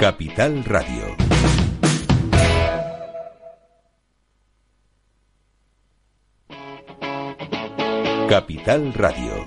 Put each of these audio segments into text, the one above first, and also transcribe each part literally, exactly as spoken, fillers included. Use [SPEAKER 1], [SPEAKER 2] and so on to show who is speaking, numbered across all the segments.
[SPEAKER 1] Capital Radio. Capital Radio.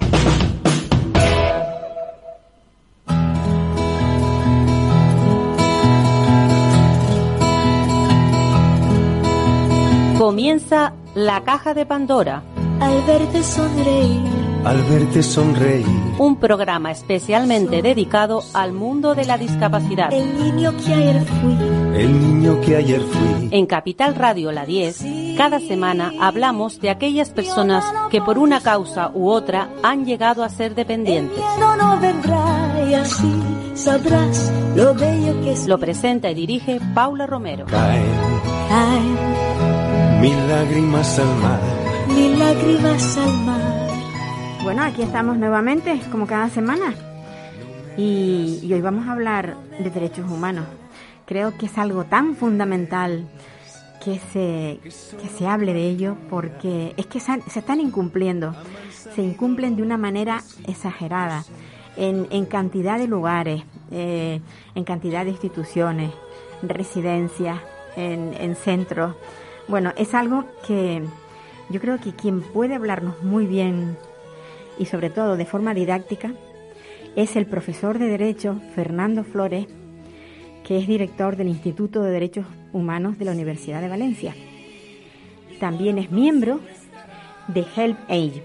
[SPEAKER 2] Comienza La Caja de Pandora.
[SPEAKER 3] Al verte sonreír.
[SPEAKER 4] Al verte sonreír.
[SPEAKER 2] Un programa especialmente dedicado al mundo de la discapacidad.
[SPEAKER 3] El niño que ayer fui.
[SPEAKER 4] El niño que ayer fui.
[SPEAKER 2] En Capital Radio La diez, cada semana hablamos de aquellas personas que por una causa u otra han llegado a ser dependientes.
[SPEAKER 3] El miedo no vendrá y así sabrás lo bello que es.
[SPEAKER 2] Lo presenta y dirige Paula Romero.
[SPEAKER 4] Caen,
[SPEAKER 3] Caen
[SPEAKER 4] mil lágrimas al mar.
[SPEAKER 3] mil lágrimas al mar.
[SPEAKER 5] Bueno, aquí estamos nuevamente, como cada semana, y, y hoy vamos a hablar de derechos humanos. Creo que es algo tan fundamental que se, que se hable de ello, porque es que se, se están incumpliendo, se incumplen de una manera exagerada, en, en cantidad de lugares, eh, en cantidad de instituciones, residencias, en, en centros. Bueno, es algo que yo creo que quien puede hablarnos muy bien y sobre todo de forma didáctica es el profesor de Derecho Fernando Flores, que es director del Instituto de Derechos Humanos de la Universidad de Valencia. También es miembro de Help Age.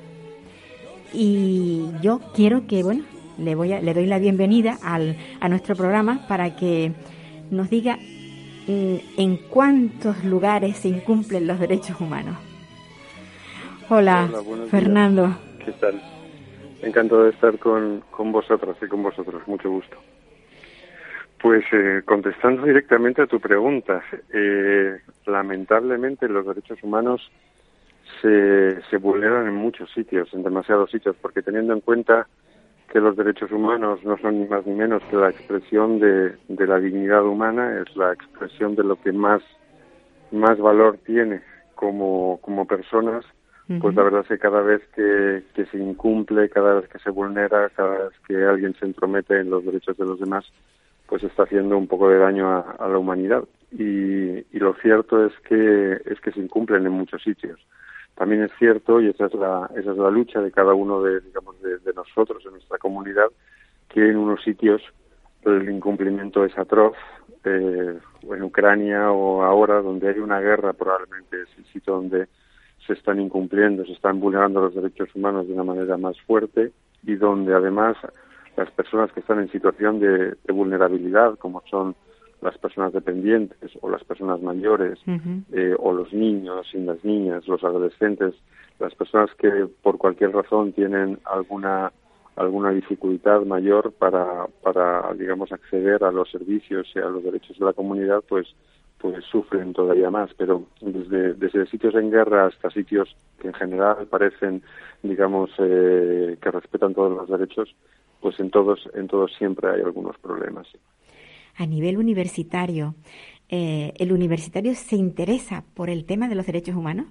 [SPEAKER 5] Y yo quiero que, bueno, le voy a, le doy la bienvenida al, a nuestro programa para que nos diga en cuántos lugares se incumplen los derechos humanos. Hola,
[SPEAKER 6] Hola,
[SPEAKER 5] Fernando.
[SPEAKER 6] Días. ¿Qué tal? Encantado de estar con, con vosotras y con vosotros, mucho gusto. Pues eh, contestando directamente a tu pregunta, eh, lamentablemente los derechos humanos se, se vulneran en muchos sitios, en demasiados sitios, porque teniendo en cuenta que los derechos humanos no son ni más ni menos que la expresión de, de la dignidad humana, es la expresión de lo que más, más valor tiene como, como personas. Pues la verdad es que cada vez que, que se incumple, cada vez que se vulnera, cada vez que alguien se entromete en los derechos de los demás, pues está haciendo un poco de daño a, a la humanidad. Y, y lo cierto es que es que se incumplen en muchos sitios. También es cierto, y esa es la esa es la lucha de cada uno de digamos de, de nosotros en nuestra comunidad, que en unos sitios el incumplimiento es atroz. Eh, en Ucrania o ahora, donde hay una guerra, probablemente es el sitio donde se están incumpliendo, se están vulnerando los derechos humanos de una manera más fuerte, y donde además las personas que están en situación de, de vulnerabilidad, como son las personas dependientes o las personas mayores, uh-huh. eh, o los niños y las niñas, los adolescentes, las personas que por cualquier razón tienen alguna alguna dificultad mayor para, para digamos, acceder a los servicios y a los derechos de la comunidad, pues pues sufren todavía más, pero desde, desde sitios en guerra hasta sitios que en general parecen, digamos, eh, que respetan todos los derechos, pues en todos en todos siempre hay algunos problemas.
[SPEAKER 5] A nivel universitario, eh, ¿el universitario se interesa por el tema de los derechos humanos?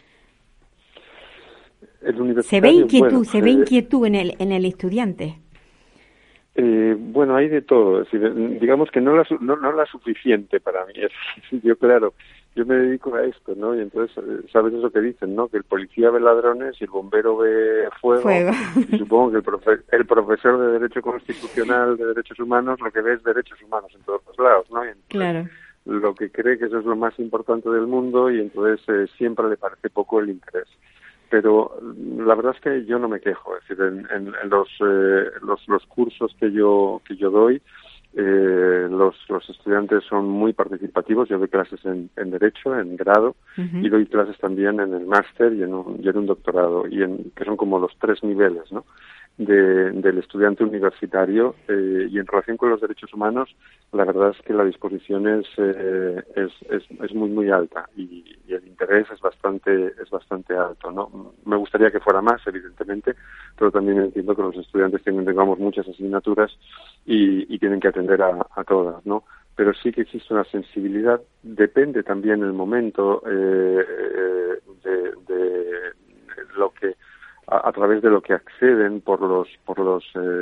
[SPEAKER 6] El universitario,
[SPEAKER 5] ¿Se ve inquietud,
[SPEAKER 6] bueno,
[SPEAKER 5] se ve
[SPEAKER 6] eh,
[SPEAKER 5] inquietud en el en el estudiante?
[SPEAKER 6] Eh, bueno, hay de todo. Es decir, digamos que no la, no, no la suficiente para mí. Es, yo, claro, yo me dedico a esto, ¿no? Y entonces, ¿sabes eso que dicen, no? Que el policía ve ladrones y el bombero ve fuego.
[SPEAKER 5] fuego.
[SPEAKER 6] Y supongo que el, profe, el profesor de Derecho Constitucional, de Derechos Humanos, lo que ve es derechos humanos en todos los lados, ¿no? Y entonces,
[SPEAKER 5] claro.
[SPEAKER 6] Lo que cree que eso es lo más importante del mundo, y entonces eh, siempre le parece poco el interés. Pero la verdad es que yo no me quejo, es decir, en, en, en los, eh, los los cursos que yo que yo doy, eh, los los estudiantes son muy participativos. Yo doy clases en, en derecho, en grado, uh-huh. y doy clases también en el máster y en un, y en un doctorado, y en que son como los tres niveles, ¿no? De, del estudiante universitario, eh, y en relación con los derechos humanos, la verdad es que la disposición es eh, es, es es muy muy alta, y, y el interés es bastante es bastante alto, ¿no? Me gustaría que fuera más, evidentemente, pero también entiendo que los estudiantes tienen, digamos, muchas asignaturas y, y tienen que atender a, a todas, ¿no? Pero sí que existe una sensibilidad. Depende también el momento eh, de, de lo que a, a través de lo que acceden por los por los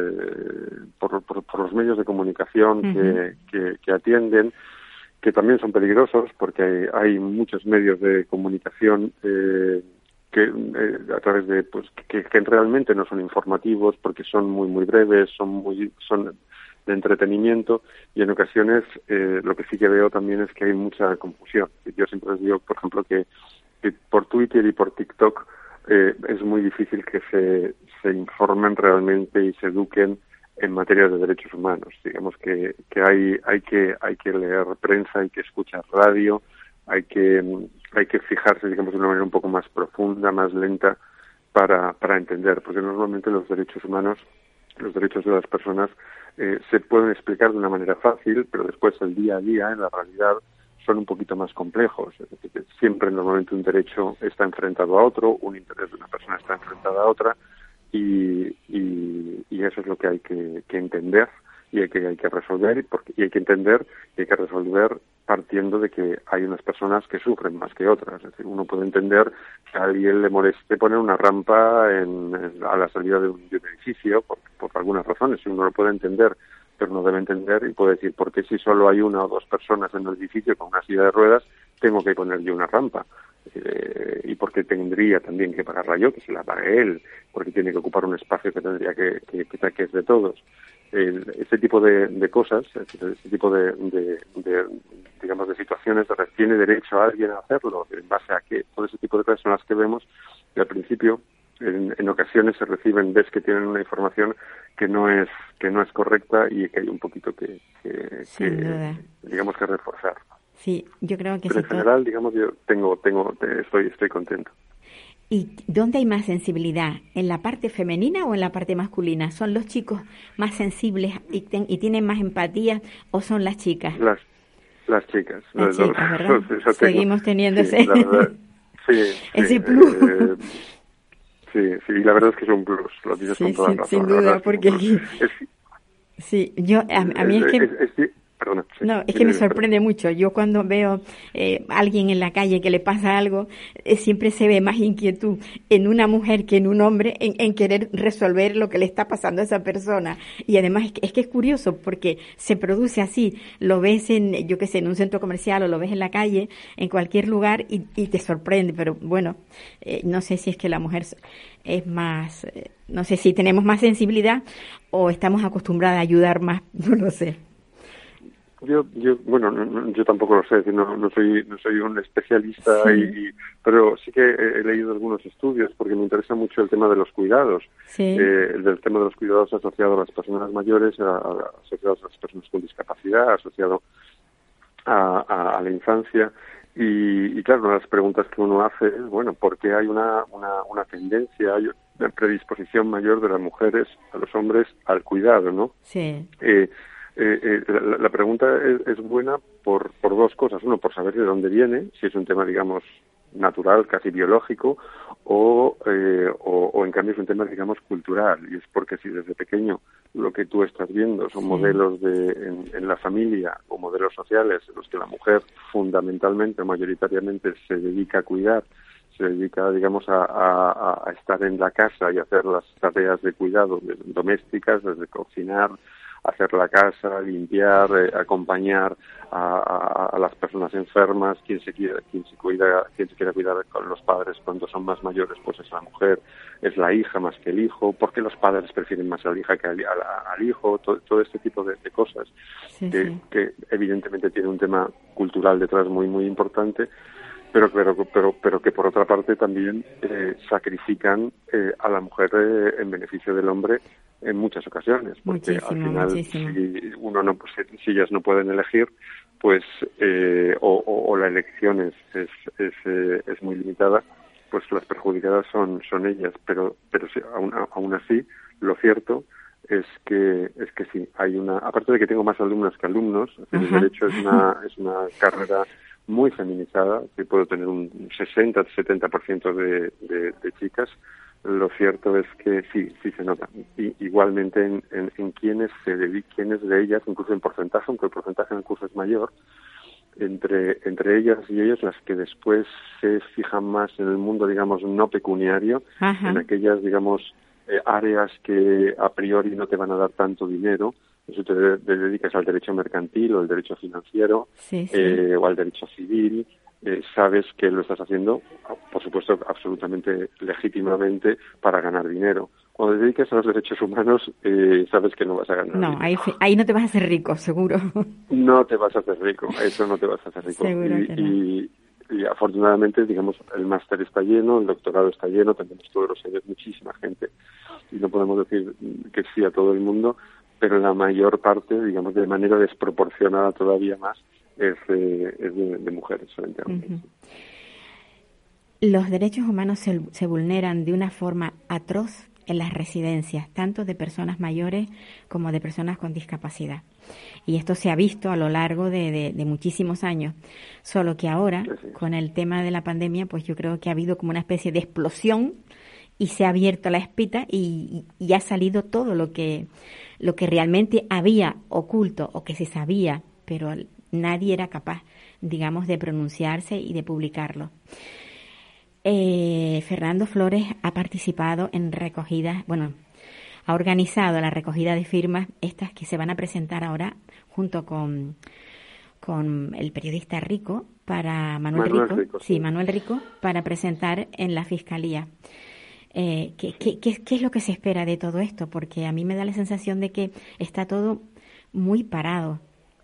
[SPEAKER 6] eh, por, por, por los medios de comunicación uh-huh. que, que, que atienden, que también son peligrosos porque hay, hay muchos medios de comunicación eh, que eh, a través de pues que, que realmente no son informativos porque son muy muy breves, son muy son de entretenimiento, y en ocasiones eh, lo que sí que veo también es que hay mucha confusión. Yo siempre les digo, por ejemplo, que, que por Twitter y por TikTok eh, es muy difícil que se, se informen realmente y se eduquen en materia de derechos humanos. Digamos que, que hay hay que hay que leer prensa, hay que escuchar radio, hay que hay que fijarse, digamos, de una manera un poco más profunda, más lenta para para entender, porque normalmente los derechos humanos, los derechos de las personas eh, se pueden explicar de una manera fácil, pero después el día a día, en la realidad, son un poquito más complejos. Es decir, que siempre normalmente un derecho está enfrentado a otro, un interés de una persona está enfrentada a otra, y, y, y eso es lo que hay que, que entender y hay que, hay que resolver, y, porque, y hay que entender y hay que resolver partiendo de que hay unas personas que sufren más que otras. Es decir, uno puede entender que a alguien le moleste poner una rampa en, en, a la salida de un, de un edificio por, por algunas razones, y uno lo puede entender, pero no debe entender y puede decir, ¿por qué si solo hay una o dos personas en el edificio con una silla de ruedas tengo que poner yo una rampa? Eh, y por qué tendría también que pagarla yo, que se la pague él, porque tiene que ocupar un espacio que tendría que, que, que, que es de todos. El, ese tipo de, de cosas, ese tipo de, de, de, digamos, de situaciones, de, tiene derecho a alguien a hacerlo, en base a que todo ese tipo de cosas son las que vemos, y al principio, en, en ocasiones se reciben, ves que tienen una información que no es que no es correcta y que hay un poquito que, que, que digamos, que reforzar.
[SPEAKER 5] Sí, yo creo que
[SPEAKER 6] Pero
[SPEAKER 5] sí.
[SPEAKER 6] En general, digamos, yo tengo, tengo, estoy, estoy contento.
[SPEAKER 5] ¿Y dónde hay más sensibilidad? ¿En la parte femenina o en la parte masculina? ¿Son los chicos más sensibles y, ten, y tienen más empatía o son las chicas?
[SPEAKER 6] Las, las chicas.
[SPEAKER 5] Las
[SPEAKER 6] los,
[SPEAKER 5] chicas, ¿verdad?
[SPEAKER 6] Los, los,
[SPEAKER 5] Seguimos teniendo
[SPEAKER 6] sí,
[SPEAKER 5] ese,
[SPEAKER 6] verdad, sí,
[SPEAKER 5] ese
[SPEAKER 6] sí,
[SPEAKER 5] plus.
[SPEAKER 6] Eh, sí, sí, y la verdad es que es un plus. Lo dices
[SPEAKER 5] sí,
[SPEAKER 6] con toda
[SPEAKER 5] sí,
[SPEAKER 6] razón.
[SPEAKER 5] sin duda, porque aquí...
[SPEAKER 6] Es,
[SPEAKER 5] sí, yo, a, a mí es que...
[SPEAKER 6] Es, es, es, Perdona, sí,
[SPEAKER 5] no, es que me sorprende perdón. mucho. Yo cuando veo eh, a alguien en la calle que le pasa algo, eh, siempre se ve más inquietud en una mujer que en un hombre en, en querer resolver lo que le está pasando a esa persona. Y además es que, es que es curioso porque se produce así. Lo ves en, yo qué sé, en un centro comercial o lo ves en la calle, en cualquier lugar y, y te sorprende. Pero bueno, eh, no sé si es que la mujer es más, eh, no sé si tenemos más sensibilidad o estamos acostumbradas a ayudar más, no lo sé.
[SPEAKER 6] Yo, yo, bueno, no, yo tampoco lo sé, no, no soy, no soy un especialista, sí. y, y, pero sí que he, he leído algunos estudios porque me interesa mucho el tema de los cuidados,
[SPEAKER 5] sí.
[SPEAKER 6] eh, el del tema de los cuidados asociado a las personas mayores, a, a, asociados a las personas con discapacidad, asociado a, a, a la infancia. Y, y claro, una de las preguntas que uno hace es, bueno, ¿por qué hay una, una, una tendencia, hay una predisposición mayor de las mujeres a los hombres al cuidado, ¿no?
[SPEAKER 5] Sí.
[SPEAKER 6] Eh, Eh, eh, la, la pregunta es, es buena por, por dos cosas. Uno, por saber de dónde viene, si es un tema, digamos, natural, casi biológico, o, eh, o, o en cambio es un tema, digamos, cultural. Y es porque si desde pequeño lo que tú estás viendo son sí. modelos de, en, en la familia o modelos sociales en los que la mujer fundamentalmente o mayoritariamente se dedica a cuidar, se dedica, digamos, a, a, a estar en la casa y hacer las tareas de cuidado domésticas, desde cocinar, hacer la casa, limpiar, eh, acompañar a, a, a las personas enfermas, quien se quiera, quien se cuida, quien se quiera cuidar con los padres cuando son más mayores, pues es la mujer, es la hija más que el hijo, porque los padres prefieren más a la hija que al, al, al hijo, todo, todo este tipo de, de cosas
[SPEAKER 5] sí,
[SPEAKER 6] que,
[SPEAKER 5] sí.
[SPEAKER 6] que evidentemente tiene un tema cultural detrás muy muy importante, pero pero pero pero que por otra parte también eh, sacrifican eh, a la mujer eh, en beneficio del hombre en muchas ocasiones, porque
[SPEAKER 5] muchísimo,
[SPEAKER 6] al final
[SPEAKER 5] muchísimo.
[SPEAKER 6] si uno no pues, si ellas no pueden elegir, pues eh, o, o, o la elección es es es, eh, es muy limitada, pues las perjudicadas son son ellas, pero pero si, aún aún así lo cierto es que es que sí hay una, aparte de que tengo más alumnas que alumnos, el derecho es una es una carrera muy feminizada, que puedo tener un sesenta a setenta por ciento de, de, de chicas. Lo cierto es que sí, sí se nota. Y, igualmente en, en, en quienes se dedican, quienes de ellas, incluso en porcentaje, aunque el porcentaje en el curso es mayor, entre entre ellas y ellos las que después se fijan más en el mundo, digamos, no pecuniario, Ajá. en aquellas, digamos, eh, áreas que a priori no te van a dar tanto dinero. Eso te, te dedicas al derecho mercantil o al derecho financiero, sí, sí. Eh, o al derecho civil. Eh, sabes que lo estás haciendo, por supuesto, absolutamente legítimamente para ganar dinero. Cuando te dedicas a los derechos humanos, eh, sabes que no vas a ganar
[SPEAKER 5] No,
[SPEAKER 6] dinero.
[SPEAKER 5] ahí, ahí no te vas a hacer rico, seguro.
[SPEAKER 6] No te vas a hacer rico, eso no te vas a hacer rico.
[SPEAKER 5] Seguro
[SPEAKER 6] y,
[SPEAKER 5] que no.
[SPEAKER 6] y, y afortunadamente, digamos, el máster está lleno, el doctorado está lleno, tenemos todos los años muchísima gente. Y no podemos decir que sí a todo el mundo, pero la mayor parte, digamos, de manera desproporcionada todavía más, es, eh, es de, de mujeres frente a hombres.
[SPEAKER 5] Uh-huh. Los derechos humanos se, se vulneran de una forma atroz en las residencias, tanto de personas mayores como de personas con discapacidad. Y esto se ha visto a lo largo de, de, de muchísimos años. Solo que ahora, sí. con el tema de la pandemia, pues yo creo que ha habido como una especie de explosión y se ha abierto la espita y, y ha salido todo lo que, lo que realmente había oculto o que se sabía, pero nadie era capaz, digamos, de pronunciarse y de publicarlo. Eh, Fernando Flores ha participado en recogidas, bueno, ha organizado la recogida de firmas, estas que se van a presentar ahora junto con, con el periodista Rico, para Manuel, Manuel Rico, Rico sí. sí, Manuel Rico, para presentar en la Fiscalía. Eh, ¿qué, qué, qué, ¿Qué es lo que se espera de todo esto? Porque a mí me da la sensación de que está todo muy parado.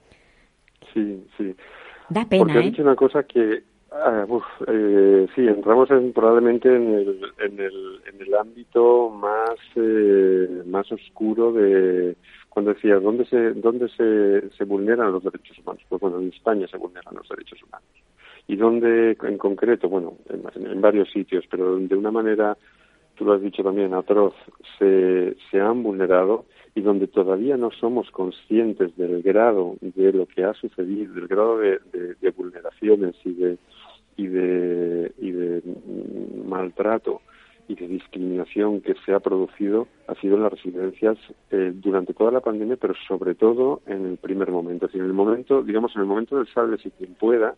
[SPEAKER 6] Sí, sí.
[SPEAKER 5] Da pena,
[SPEAKER 6] Porque
[SPEAKER 5] ¿eh?
[SPEAKER 6] has dicho una cosa que, ah, uf, eh, sí, entramos en, probablemente en el, en el, en el ámbito más, eh, más oscuro de, cuando decías, ¿dónde se, dónde se, se vulneran los derechos humanos? Pues bueno, en España se vulneran los derechos humanos. ¿Y dónde en concreto? Bueno, en, en varios sitios, pero de una manera, tú lo has dicho también, atroz, se, se han vulnerado, y donde todavía no somos conscientes del grado de lo que ha sucedido, del grado de, de, de vulneraciones y de, y de y de maltrato y de discriminación que se ha producido, ha sido en las residencias eh, durante toda la pandemia, pero sobre todo en el primer momento. Es decir, en el momento, digamos, en el momento del sálvese quien pueda,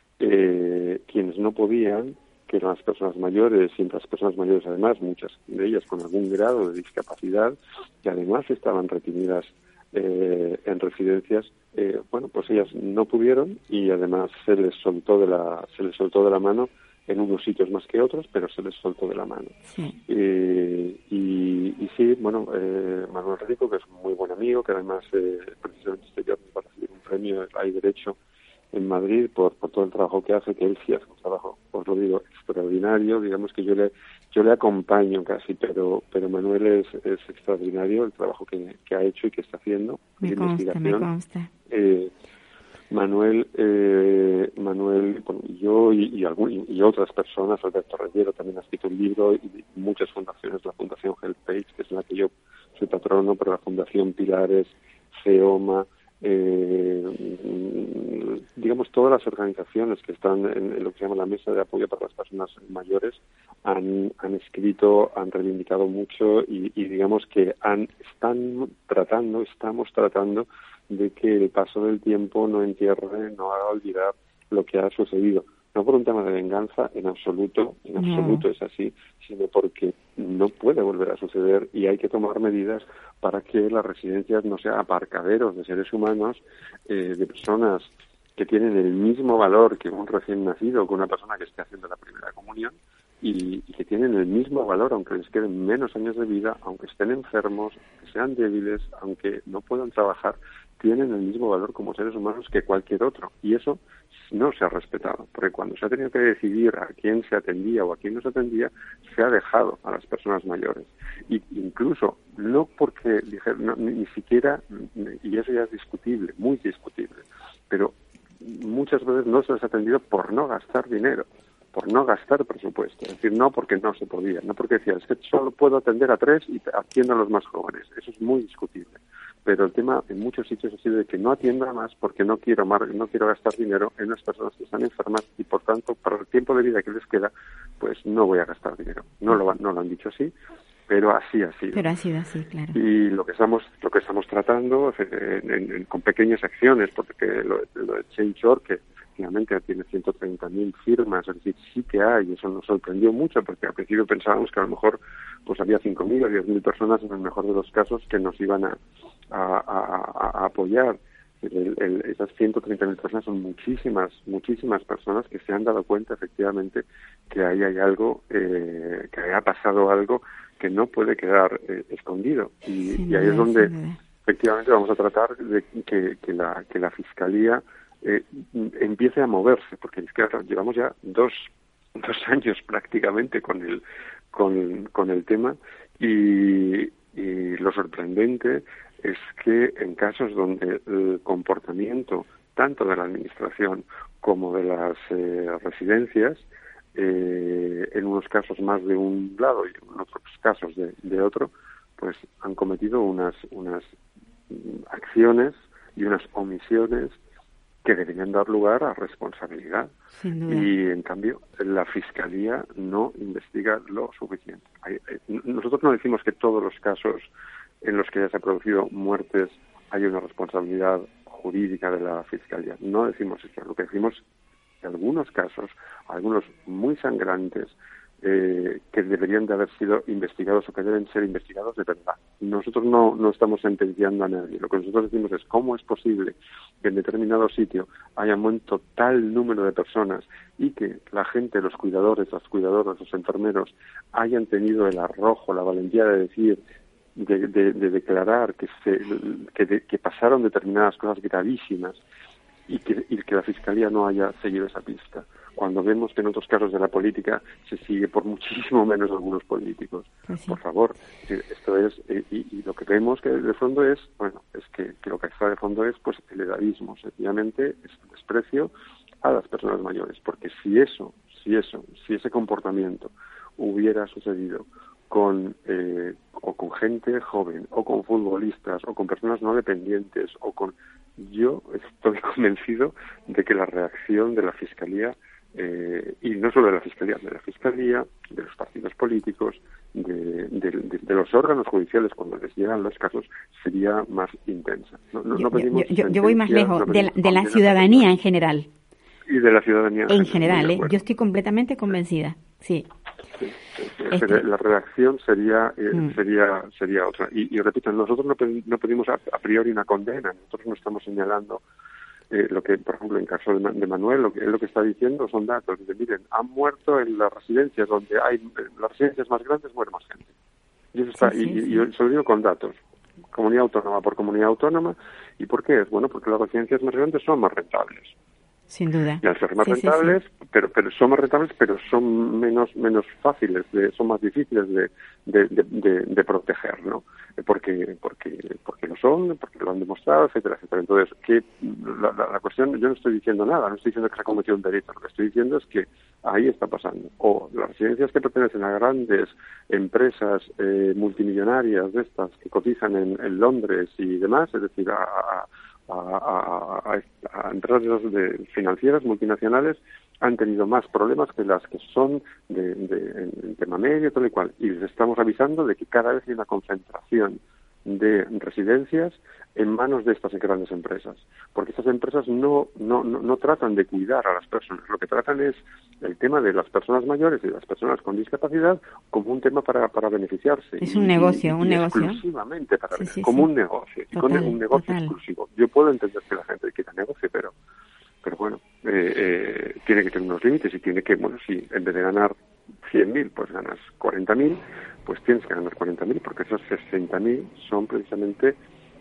[SPEAKER 6] eh, quienes no podían, que eran las personas mayores, siempre las personas mayores además, muchas de ellas con algún grado de discapacidad, que además estaban retenidas eh, en residencias, eh, bueno, pues ellas no pudieron y además se les soltó de la, se les soltó de la mano en unos sitios más que otros, pero se les soltó de la mano. Sí. Eh, y, y sí, bueno, eh, Manuel Rico, que es un muy buen amigo, que además eh, precisamente este viernes va a recibir un premio Hay Derecho en Madrid por, por todo el trabajo que hace, que él sí hace un trabajo, os lo digo, extraordinario. Digamos que yo le yo le acompaño casi, pero pero Manuel es, es extraordinario el trabajo que, que ha hecho y que está haciendo
[SPEAKER 5] me
[SPEAKER 6] de
[SPEAKER 5] consta,
[SPEAKER 6] investigación.
[SPEAKER 5] Me consta.
[SPEAKER 6] Eh, Manuel, eh, Manuel, bueno, yo y, y, algún, y, y otras personas, Alberto Reyero también ha escrito un libro, y muchas fundaciones, la Fundación HelpAge, que es la que yo soy patrono, pero la Fundación Pilares, CEOMA, eh, digamos, todas las organizaciones que están en, en lo que se llama la Mesa de Apoyo para las Personas Mayores han, han escrito, han reivindicado mucho y, y digamos que han, están tratando, estamos tratando de que el paso del tiempo no entierre, no haga olvidar lo que ha sucedido. No por un tema de venganza, en absoluto, en absoluto no. Es así, sino porque no puede volver a suceder y hay que tomar medidas para que las residencias no sean aparcaderos de seres humanos, eh, de personas que tienen el mismo valor que un recién nacido, que una persona que esté haciendo la primera comunión, y, y que tienen el mismo valor, aunque les queden menos años de vida, aunque estén enfermos, que sean débiles, aunque no puedan trabajar, tienen el mismo valor como seres humanos que cualquier otro. Y eso no se ha respetado, porque cuando se ha tenido que decidir a quién se atendía o a quién no se atendía, se ha dejado a las personas mayores. Y incluso, no porque dijeron, no, ni, ni siquiera, y eso ya es discutible, muy discutible, pero muchas veces no se les ha atendido por no gastar dinero, por no gastar presupuesto. Es decir, no porque no se podía, no porque decía, es que solo puedo atender a tres y atiendo a los más jóvenes. Eso es muy discutible. Pero el tema en muchos sitios ha sido de que no atienda más porque no quiero mar, no quiero gastar dinero en las personas que están enfermas y por tanto para el tiempo de vida que les queda pues no voy a gastar dinero. No lo no lo han dicho así, pero así ha sido.
[SPEAKER 5] Pero ha sido así, claro.
[SPEAKER 6] Y lo que estamos lo que estamos tratando en, en, en, con pequeñas acciones, porque lo, lo de Change punto org, que efectivamente tiene ciento treinta mil firmas, es decir, sí que hay, eso nos sorprendió mucho, porque al principio pensábamos que a lo mejor pues había cinco mil o diez mil personas, en el mejor de los casos, que nos iban a, a, a, a apoyar. El, el, esas ciento treinta mil personas son muchísimas, muchísimas personas que se han dado cuenta efectivamente que ahí hay algo, eh, que haya pasado algo que no puede quedar eh, escondido. Y, sí, y ahí es donde sí, efectivamente vamos a tratar de que, que, la, que la Fiscalía eh, empiece a moverse, porque es que llevamos ya dos, dos años prácticamente con el, con, con el tema y, y lo sorprendente es que en casos donde el comportamiento tanto de la Administración como de las eh, residencias, eh, en unos casos más de un lado y en otros casos de, de otro, pues han cometido unas, unas acciones y unas omisiones que deberían dar lugar a responsabilidad. Y, en cambio, la Fiscalía no investiga lo suficiente. Hay, hay, nosotros no decimos que todos los casos en los que ya se han producido muertes hay una responsabilidad jurídica de la Fiscalía. No decimos eso. Lo que decimos que algunos casos, algunos muy sangrantes, eh, que deberían de haber sido investigados o que deben ser investigados de verdad. Nosotros no, no estamos sentenciando a nadie. Lo que nosotros decimos es cómo es posible que en determinado sitio haya muerto tal número de personas y que la gente, los cuidadores, las cuidadoras, los enfermeros hayan tenido el arrojo, la valentía de decir, de, de, de declarar que, se, que, de, que pasaron determinadas cosas gravísimas y que, y que la Fiscalía no haya seguido esa pista, cuando vemos que en otros casos de la política se sigue por muchísimo menos algunos políticos. Pues sí. Por favor, esto es, y, y lo que vemos que de fondo es, bueno, es que, que lo que está de fondo es pues el edadismo, sencillamente es el desprecio a las personas mayores, porque si eso, si eso, si ese comportamiento hubiera sucedido con eh, o con gente joven, o con futbolistas, o con personas no dependientes, o con... Yo estoy convencido de que la reacción de la Fiscalía, eh, y no solo de la Fiscalía, de la Fiscalía, de los partidos políticos, de, de, de, de los órganos judiciales cuando les llegan los casos, sería más intensa. No, no,
[SPEAKER 5] yo,
[SPEAKER 6] no pedimos
[SPEAKER 5] yo, yo, yo voy más lejos, no de, la, de la ciudadanía en general.
[SPEAKER 6] Y de la ciudadanía
[SPEAKER 5] en general, ¿eh? Yo estoy completamente convencida, sí.
[SPEAKER 6] Sí, sí, sí. Este... La redacción sería eh, mm. sería sería otra. Y, y repito, nosotros no, pedimos, no pedimos a, a priori una condena, nosotros no estamos señalando eh, lo que, por ejemplo, en caso de, de Manuel, lo que él lo que está diciendo son datos. Dice, miren, han muerto en las residencias donde hay, en las residencias más grandes muere más gente. Y eso está, sí, sí, y, sí. y yo se lo digo con datos. Comunidad autónoma por comunidad autónoma. ¿Y por qué es? Bueno, porque las residencias más grandes son más rentables.
[SPEAKER 5] Sin duda.
[SPEAKER 6] Y al ser más
[SPEAKER 5] sí,
[SPEAKER 6] rentables,
[SPEAKER 5] sí, sí.
[SPEAKER 6] pero pero son más rentables, pero son menos menos fáciles, de, son más difíciles de de, de, de, de proteger, ¿no? Porque porque porque lo son, porque lo han demostrado, etcétera, etcétera. Entonces, que la, la, la cuestión, yo no estoy diciendo nada, no estoy diciendo que se ha cometido un delito, lo que estoy diciendo es que ahí está pasando. O las residencias que pertenecen a grandes empresas eh, multimillonarias de estas que cotizan en, en Londres y demás, es decir, a, a A, a, a, a empresas de financieras multinacionales han tenido más problemas que las que son de, de, en, en tema medio, tal y cual. Y les estamos avisando de que cada vez hay una concentración de residencias en manos de estas grandes empresas, porque estas empresas no, no, no, no tratan de cuidar a las personas, lo que tratan es el tema de las personas mayores y de las personas con discapacidad como un tema para, para beneficiarse.
[SPEAKER 5] Es un y, negocio,
[SPEAKER 6] y,
[SPEAKER 5] un
[SPEAKER 6] y
[SPEAKER 5] negocio.
[SPEAKER 6] Exclusivamente para
[SPEAKER 5] sí, sí,
[SPEAKER 6] como
[SPEAKER 5] sí.
[SPEAKER 6] un negocio,
[SPEAKER 5] Total,
[SPEAKER 6] y con un negocio
[SPEAKER 5] total.
[SPEAKER 6] exclusivo. Yo puedo entender que la gente quiera negocio, pero pero bueno, eh, eh, tiene que tener unos límites y tiene que, bueno, si en vez de ganar cien mil, pues ganas cuarenta mil, pues tienes que ganar cuarenta mil, porque esos sesenta mil son precisamente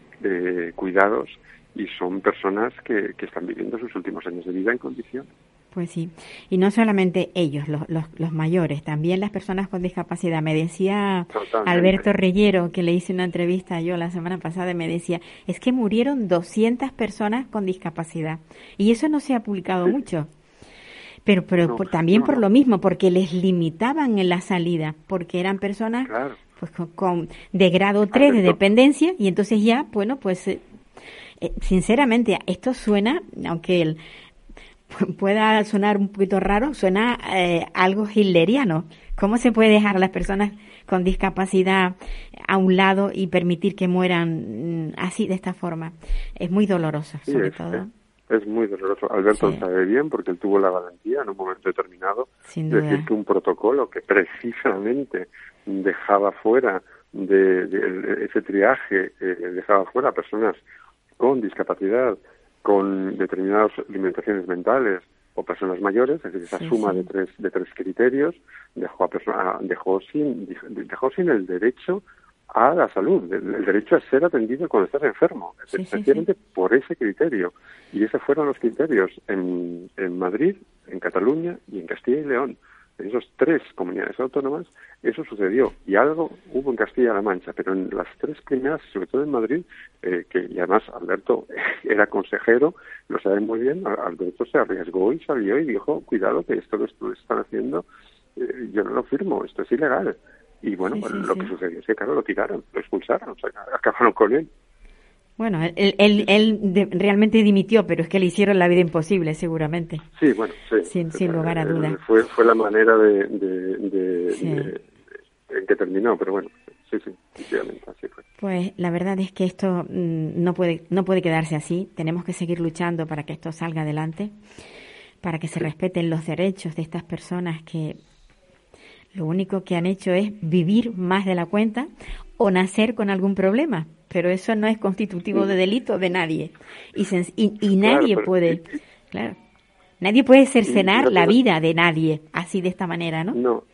[SPEAKER 6] eh, cuidados y son personas que, que están viviendo sus últimos años de vida en condiciones.
[SPEAKER 5] Pues sí, y no solamente ellos, los, los, los mayores, también las personas con discapacidad. Me decía Totalmente. Alberto Reyero, que le hice una entrevista yo la semana pasada, y me decía, es que murieron doscientas personas con discapacidad, y eso no se ha publicado sí. mucho. Pero pero no, por, también no, por no. lo mismo, porque les limitaban en la salida, porque eran personas claro. pues con, con de grado tres de dependencia, y entonces ya, bueno, pues eh, eh, sinceramente, esto suena, aunque el pueda sonar un poquito raro, suena eh, algo hitleriano. ¿Cómo se puede dejar a las personas con discapacidad a un lado y permitir que mueran así, de esta forma? Es muy doloroso,
[SPEAKER 6] sí,
[SPEAKER 5] sobre
[SPEAKER 6] es,
[SPEAKER 5] todo.
[SPEAKER 6] Es muy doloroso. Alberto
[SPEAKER 5] Sí.
[SPEAKER 6] lo sabe bien porque él tuvo la valentía en un momento determinado
[SPEAKER 5] Sin
[SPEAKER 6] de
[SPEAKER 5] duda.
[SPEAKER 6] decir que un protocolo que precisamente dejaba fuera de, de ese triaje, eh, dejaba fuera a personas con discapacidad, con determinadas limitaciones mentales o personas mayores, es decir, esa
[SPEAKER 5] Sí,
[SPEAKER 6] suma
[SPEAKER 5] sí.
[SPEAKER 6] de tres de tres criterios dejó a persona, dejó sin dejó sin el derecho a la salud, el, el derecho a ser atendido cuando estás enfermo,
[SPEAKER 5] Sí, sí,
[SPEAKER 6] especialmente por ese criterio. Y esos fueron los criterios en, en Madrid, en Cataluña y en Castilla y León. En esas tres comunidades autónomas eso sucedió. Y algo hubo en Castilla-La Mancha, pero en las tres primeras, sobre todo en Madrid, eh, que y además Alberto era consejero, lo saben muy bien, Alberto se arriesgó y salió y dijo, cuidado que esto que ustedes están haciendo, eh, yo no lo firmo, esto es ilegal. Y bueno,
[SPEAKER 5] Sí,
[SPEAKER 6] pues
[SPEAKER 5] sí,
[SPEAKER 6] lo
[SPEAKER 5] sí.
[SPEAKER 6] que sucedió es que, claro, lo tiraron, lo expulsaron, o sea, acabaron con él.
[SPEAKER 5] Bueno, él, él, él de- realmente dimitió, pero es que le hicieron la vida imposible, seguramente.
[SPEAKER 6] Sí, bueno, sí.
[SPEAKER 5] Sin- sin lugar a
[SPEAKER 6] Eh,
[SPEAKER 5] duda.
[SPEAKER 6] Fue, fue la manera de, de, de-
[SPEAKER 5] Sí.
[SPEAKER 6] de- de- en que terminó, pero bueno, sí, sí, efectivamente, así fue.
[SPEAKER 5] Pues la verdad es que esto mm, no puede, no puede quedarse así. Tenemos que seguir luchando para que esto salga adelante, para que se respeten los derechos de estas personas que lo único que han hecho es vivir más de la cuenta o nacer con algún problema. Pero eso no es constitutivo de delito de nadie. Y, sen- y, y
[SPEAKER 6] Claro,
[SPEAKER 5] nadie
[SPEAKER 6] pero-
[SPEAKER 5] puede,
[SPEAKER 6] y- y-
[SPEAKER 5] claro, nadie puede cercenar
[SPEAKER 6] y- y-
[SPEAKER 5] la vida de nadie así de esta manera, ¿no?
[SPEAKER 6] No.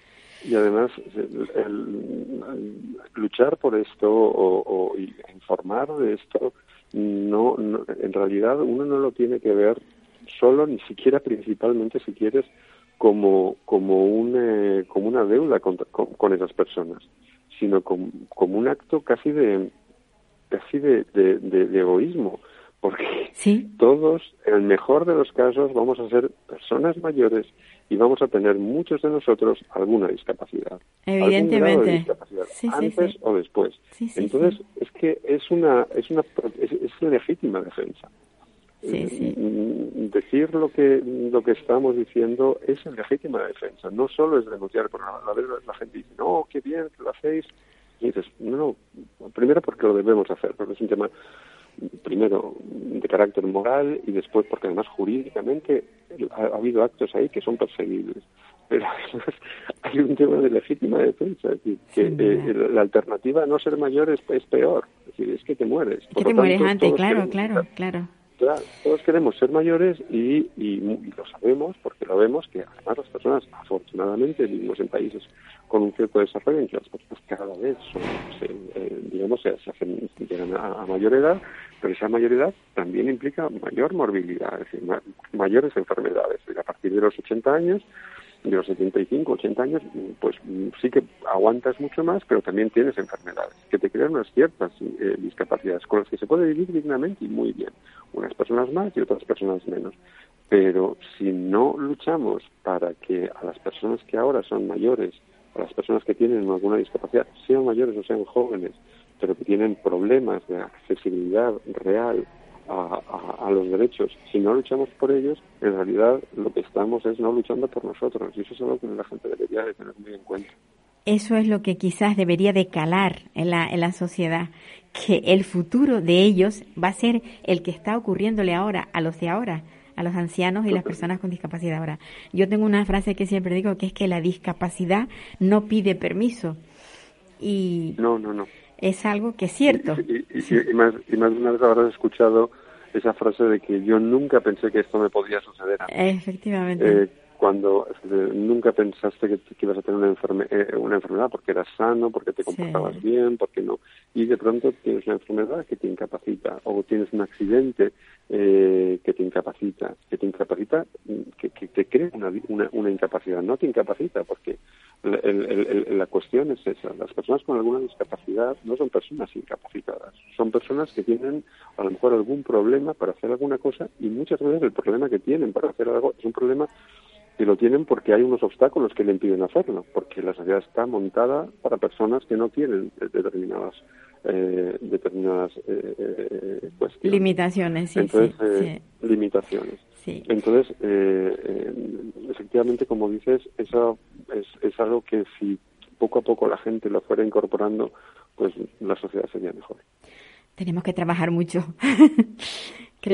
[SPEAKER 6] Y además, el, el- el luchar por esto o, o y informar de esto, no, no, en realidad uno no lo tiene que ver solo, ni siquiera principalmente, si quieres, como, como, un, eh, como una deuda con, con, con esas personas, sino como, como un acto casi de casi de, de, de, de egoísmo, porque
[SPEAKER 5] Sí.
[SPEAKER 6] todos, en el mejor de los casos, vamos a ser personas mayores y vamos a tener muchos de nosotros alguna discapacidad. algún grado
[SPEAKER 5] Evidentemente.
[SPEAKER 6] de discapacidad,
[SPEAKER 5] Sí, sí,
[SPEAKER 6] antes
[SPEAKER 5] sí.
[SPEAKER 6] o después.
[SPEAKER 5] Sí, sí,
[SPEAKER 6] Entonces,
[SPEAKER 5] sí.
[SPEAKER 6] es que es una es una es, es legítima defensa.
[SPEAKER 5] Sí, sí.
[SPEAKER 6] Mm, Decir lo que lo que estamos diciendo es en legítima defensa. No solo es denunciar, porque a veces la gente dice, no, qué bien que lo hacéis. Y dices, no, no, primero porque lo debemos hacer, porque es un tema, primero, de carácter moral y después porque además jurídicamente ha, ha habido actos ahí que son perseguibles. Pero además hay un tema de legítima defensa, es decir, que
[SPEAKER 5] Sin
[SPEAKER 6] eh,
[SPEAKER 5] duda.
[SPEAKER 6] la alternativa a no ser mayor es, es peor, es decir, es que te mueres.
[SPEAKER 5] Es
[SPEAKER 6] Por
[SPEAKER 5] que te
[SPEAKER 6] lo
[SPEAKER 5] mueres
[SPEAKER 6] tanto,
[SPEAKER 5] antes,
[SPEAKER 6] todos
[SPEAKER 5] claro,
[SPEAKER 6] queremos
[SPEAKER 5] claro,
[SPEAKER 6] estar-
[SPEAKER 5] claro.
[SPEAKER 6] Claro, todos queremos ser mayores y, y, y lo sabemos porque lo vemos que además las personas, afortunadamente, vivimos en países con un cierto desarrollo en que las personas cada vez son, se, eh, digamos, se, se hacen, llegan a, a mayor edad, pero esa mayor edad también implica mayor morbilidad, es decir, ma- mayores enfermedades. Y a partir de los ochenta años, de los setenta y cinco, ochenta años, pues sí que aguantas mucho más, pero también tienes enfermedades que te crean unas ciertas eh, discapacidades con las que se puede vivir dignamente y muy bien. Unas personas más y otras personas menos. Pero si no luchamos para que a las personas que ahora son mayores, a las personas que tienen alguna discapacidad, sean mayores o sean jóvenes, pero que tienen problemas de accesibilidad real a, a, a los derechos, si no luchamos por ellos, en realidad lo que estamos es no luchando por nosotros, y eso es algo que la gente debería de tener muy en cuenta.
[SPEAKER 5] Eso es lo que quizás debería de calar en la, en la sociedad, que el futuro de ellos va a ser el que está ocurriéndole ahora, a los de ahora, a los ancianos y las personas con discapacidad ahora. Yo tengo una frase que siempre digo, que es que la discapacidad no pide permiso. Y
[SPEAKER 6] No, no, no.
[SPEAKER 5] es algo que es cierto.
[SPEAKER 6] Y, y, y, y más, y más de una vez habrás escuchado esa frase de que yo nunca pensé que esto me podía suceder a mí.
[SPEAKER 5] Efectivamente.
[SPEAKER 6] Eh, cuando eh, nunca pensaste que, que ibas a tener una, enferme, eh, una enfermedad porque eras sano, porque te comportabas
[SPEAKER 5] Sí.
[SPEAKER 6] bien, porque no, y de pronto tienes una enfermedad que te incapacita, o tienes un accidente eh, que te incapacita, que te incapacita, que, que te crea una, una, una incapacidad, no te incapacita, porque el, el, el, la cuestión es esa, las personas con alguna discapacidad no son personas incapacitadas, son personas que tienen a lo mejor algún problema para hacer alguna cosa, y muchas veces el problema que tienen para hacer algo es un problema que lo tienen porque hay unos obstáculos que le impiden hacerlo, porque la sociedad está montada para personas que no tienen determinadas eh, determinadas eh, eh, cuestiones.
[SPEAKER 5] Limitaciones, sí,
[SPEAKER 6] Entonces,
[SPEAKER 5] sí,
[SPEAKER 6] eh,
[SPEAKER 5] sí.
[SPEAKER 6] limitaciones.
[SPEAKER 5] Sí.
[SPEAKER 6] Entonces, eh, eh, efectivamente, como dices, eso es, es algo que si poco a poco la gente lo fuera incorporando, pues la sociedad sería mejor.
[SPEAKER 5] Tenemos que trabajar mucho. Creo,
[SPEAKER 6] Sí.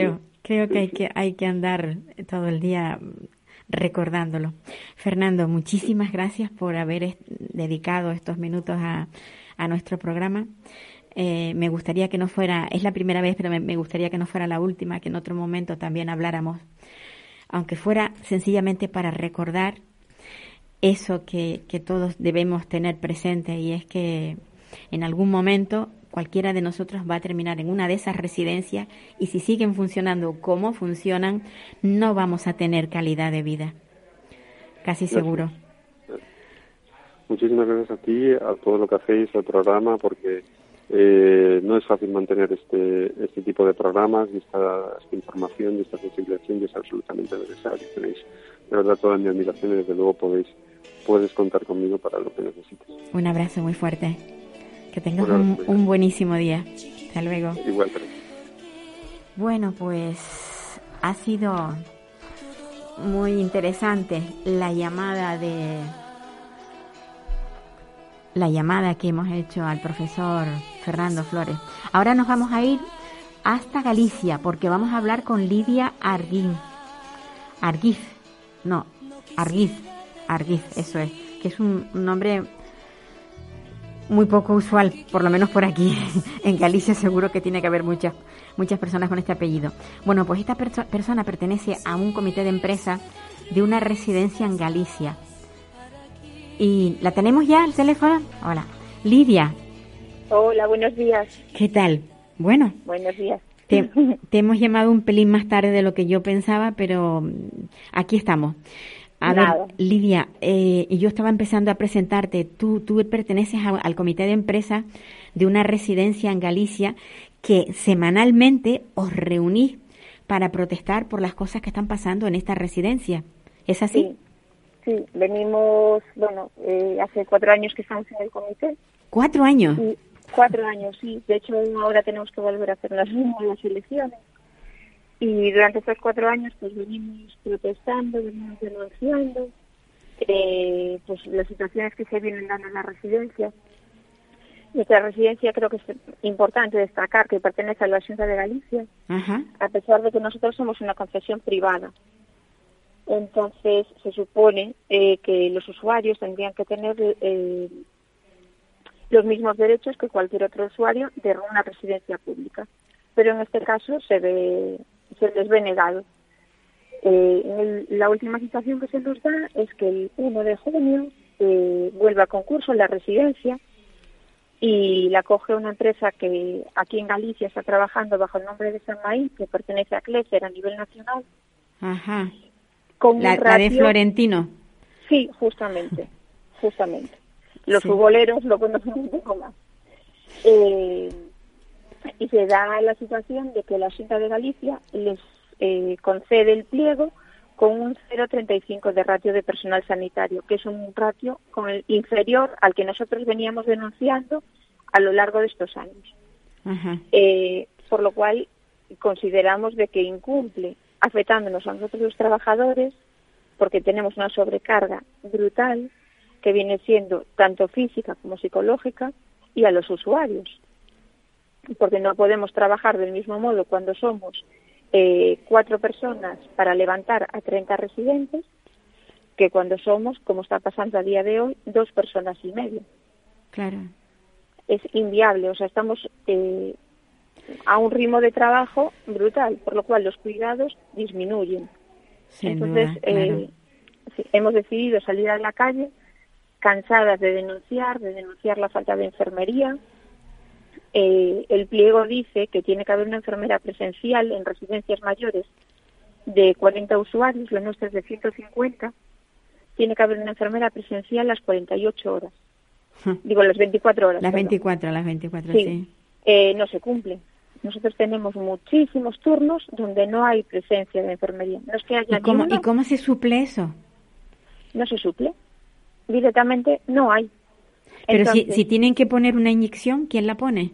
[SPEAKER 5] Creo que hay que hay que andar todo el día recordándolo. Fernando, muchísimas gracias por haber est- dedicado estos minutos a, a nuestro programa. Eh, me gustaría que no fuera, es la primera vez, pero me, me gustaría que no fuera la última, que en otro momento también habláramos, aunque fuera sencillamente para recordar eso que, que todos debemos tener presente, y es que en algún momento cualquiera de nosotros va a terminar en una de esas residencias, y si siguen funcionando como funcionan, no vamos a tener calidad de vida. Casi seguro.
[SPEAKER 6] Muchísimas gracias a ti, a todo lo que hacéis, al programa, porque eh, no es fácil mantener este este tipo de programas y esta, esta información y esta sensibilización, y es absolutamente necesario. Tenéis de verdad toda mi admiración, y desde luego podéis puedes contar conmigo para lo que necesites.
[SPEAKER 5] Un abrazo muy fuerte. Que tengas
[SPEAKER 6] Un
[SPEAKER 5] un,
[SPEAKER 6] abrazo.
[SPEAKER 5] un buenísimo día. Hasta luego.
[SPEAKER 6] Igual, Teresa.
[SPEAKER 5] Bueno, pues ha sido muy interesante la llamada de la llamada que hemos hecho al profesor Fernando Flores. Ahora nos vamos a ir hasta Galicia, porque vamos a hablar con Lidia Arguín. Arguiz, no, Arguiz, Arguiz, eso es, que es un, un nombre muy poco usual, por lo menos por aquí. En Galicia seguro que tiene que haber muchas muchas personas con este apellido. Bueno, pues esta perso- persona pertenece a un comité de empresa de una residencia en Galicia. ¿Y la tenemos ya al teléfono? Hola. Lidia.
[SPEAKER 7] Hola, buenos días.
[SPEAKER 5] ¿Qué tal? Bueno.
[SPEAKER 7] Buenos días.
[SPEAKER 5] Te, te hemos llamado un pelín más tarde de lo que yo pensaba, pero aquí estamos. A
[SPEAKER 7] Nada.
[SPEAKER 5] ver, Lidia, eh, yo estaba empezando a presentarte. Tú, tú perteneces a, al comité de empresa de una residencia en Galicia que semanalmente os reunís para protestar por las cosas que están pasando en esta residencia. ¿Es así?
[SPEAKER 7] Sí, sí. Venimos, bueno, eh, hace cuatro años que estamos en el comité.
[SPEAKER 5] ¿Cuatro años?
[SPEAKER 7] Y cuatro años, sí. De hecho, ahora tenemos que volver a hacer las nuevas elecciones. Y durante estos cuatro años, pues venimos protestando, venimos denunciando eh, pues las situaciones que se vienen dando en la residencia. Nuestra residencia, creo que es importante destacar que pertenece a la Xunta de Galicia,
[SPEAKER 5] Ajá.
[SPEAKER 7] a pesar de que nosotros somos una concesión privada. Entonces, se supone eh, que los usuarios tendrían que tener eh, los mismos derechos que cualquier otro usuario de una residencia pública. Pero en este caso se ve se les ve negado. Eh, en el, la última situación que se nos da es que el uno de junio eh, vuelve a concurso la residencia y la coge una empresa que aquí en Galicia está trabajando bajo el nombre de San Maín, que pertenece a Cleser a nivel nacional.
[SPEAKER 5] Ajá.
[SPEAKER 7] Con
[SPEAKER 5] La,
[SPEAKER 7] un
[SPEAKER 5] la de
[SPEAKER 7] ratio-
[SPEAKER 5] Florentino.
[SPEAKER 7] Sí, justamente, justamente. Los
[SPEAKER 5] Sí.
[SPEAKER 7] futboleros lo conocen un poco más. Eh, y se da la situación de que la Xunta de Galicia les eh, concede el pliego con un cero coma treinta y cinco de ratio de personal sanitario, que es un ratio con el inferior al que nosotros veníamos denunciando a lo largo de estos años.
[SPEAKER 5] Ajá.
[SPEAKER 7] Eh, por lo cual consideramos de que incumple, afectándonos a nosotros los trabajadores, porque tenemos una sobrecarga brutal que viene siendo tanto física como psicológica, y a los usuarios, porque no podemos trabajar del mismo modo cuando somos eh, cuatro personas para levantar a treinta residentes que cuando somos, como está pasando a día de hoy, dos personas y medio.
[SPEAKER 5] Claro.
[SPEAKER 7] Es inviable, o sea, estamos eh, a un ritmo de trabajo brutal, por lo cual los cuidados disminuyen.
[SPEAKER 5] Sin
[SPEAKER 7] Entonces,
[SPEAKER 5] duda, claro.
[SPEAKER 7] eh, sí, hemos decidido salir a la calle cansadas de denunciar, de denunciar la falta de enfermería. Eh, el pliego dice que tiene que haber una enfermera presencial en residencias mayores de cuarenta usuarios, lo nuestro es de ciento cincuenta. Tiene que haber una enfermera presencial las cuarenta y ocho horas. Digo, las veinticuatro horas.
[SPEAKER 5] Las
[SPEAKER 7] perdón.
[SPEAKER 5] veinticuatro, las veinticuatro,
[SPEAKER 7] Sí.
[SPEAKER 5] sí.
[SPEAKER 7] Eh, no se cumple. Nosotros tenemos muchísimos turnos donde no hay presencia de enfermería. No es que haya
[SPEAKER 5] ¿Y cómo,
[SPEAKER 7] ni uno,
[SPEAKER 5] ¿Y cómo se suple eso?
[SPEAKER 7] no se suple. Directamente no hay.
[SPEAKER 5] Pero si,
[SPEAKER 7] Entonces,
[SPEAKER 5] si tienen que poner una inyección, ¿quién la pone?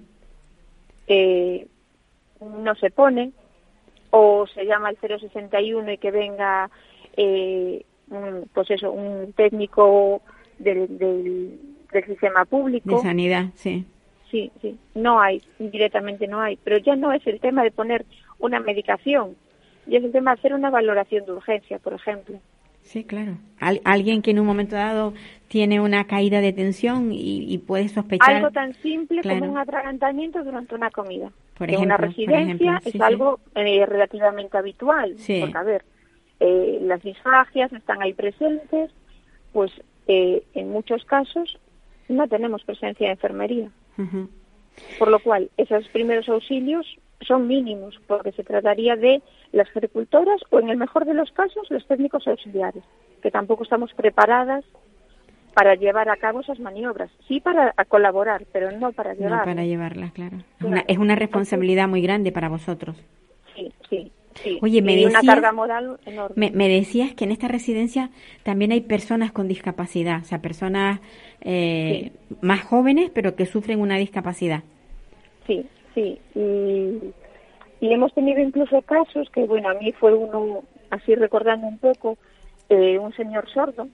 [SPEAKER 7] eh, no se pone, o se llama al cero sesenta y uno y que venga eh, un, pues eso, un técnico del, del, del sistema público.
[SPEAKER 5] De sanidad, sí.
[SPEAKER 7] Sí, sí, no hay, directamente no hay, pero ya no es el tema de poner una medicación, y es el tema de hacer una valoración de urgencia, por ejemplo.
[SPEAKER 5] Sí, claro. Al, alguien que en un momento dado tiene una caída de tensión y, y puede sospechar.
[SPEAKER 7] Algo tan simple
[SPEAKER 5] claro.
[SPEAKER 7] como un atragantamiento durante una comida.
[SPEAKER 5] Por
[SPEAKER 7] en
[SPEAKER 5] ejemplo,
[SPEAKER 7] una residencia
[SPEAKER 5] ejemplo, sí,
[SPEAKER 7] es
[SPEAKER 5] sí.
[SPEAKER 7] algo eh, relativamente habitual.
[SPEAKER 5] Sí.
[SPEAKER 7] Porque, a ver, eh, las disfagias están ahí presentes, pues eh, en muchos casos no tenemos presencia de enfermería.
[SPEAKER 5] Uh-huh.
[SPEAKER 7] Por lo cual, esos primeros auxilios son mínimos, porque se trataría de las agricultoras o, en el mejor de los casos, los técnicos auxiliares, que tampoco estamos preparadas para llevar a cabo esas maniobras. Sí para colaborar, pero no para llevarlas.
[SPEAKER 5] No para llevarlas, claro.
[SPEAKER 7] claro.
[SPEAKER 5] Es, una, es una responsabilidad muy grande para vosotros.
[SPEAKER 7] Sí, sí, sí.
[SPEAKER 5] Oye, me
[SPEAKER 7] y
[SPEAKER 5] decías,
[SPEAKER 7] una carga moral enorme.
[SPEAKER 5] Me, me decías que en esta residencia también hay personas con discapacidad, o sea, personas eh, sí. más jóvenes, pero que sufren una discapacidad.
[SPEAKER 7] Sí, sí. Y, y hemos tenido incluso casos que, bueno, a mí fue uno, así recordando un poco, eh, un señor sordo,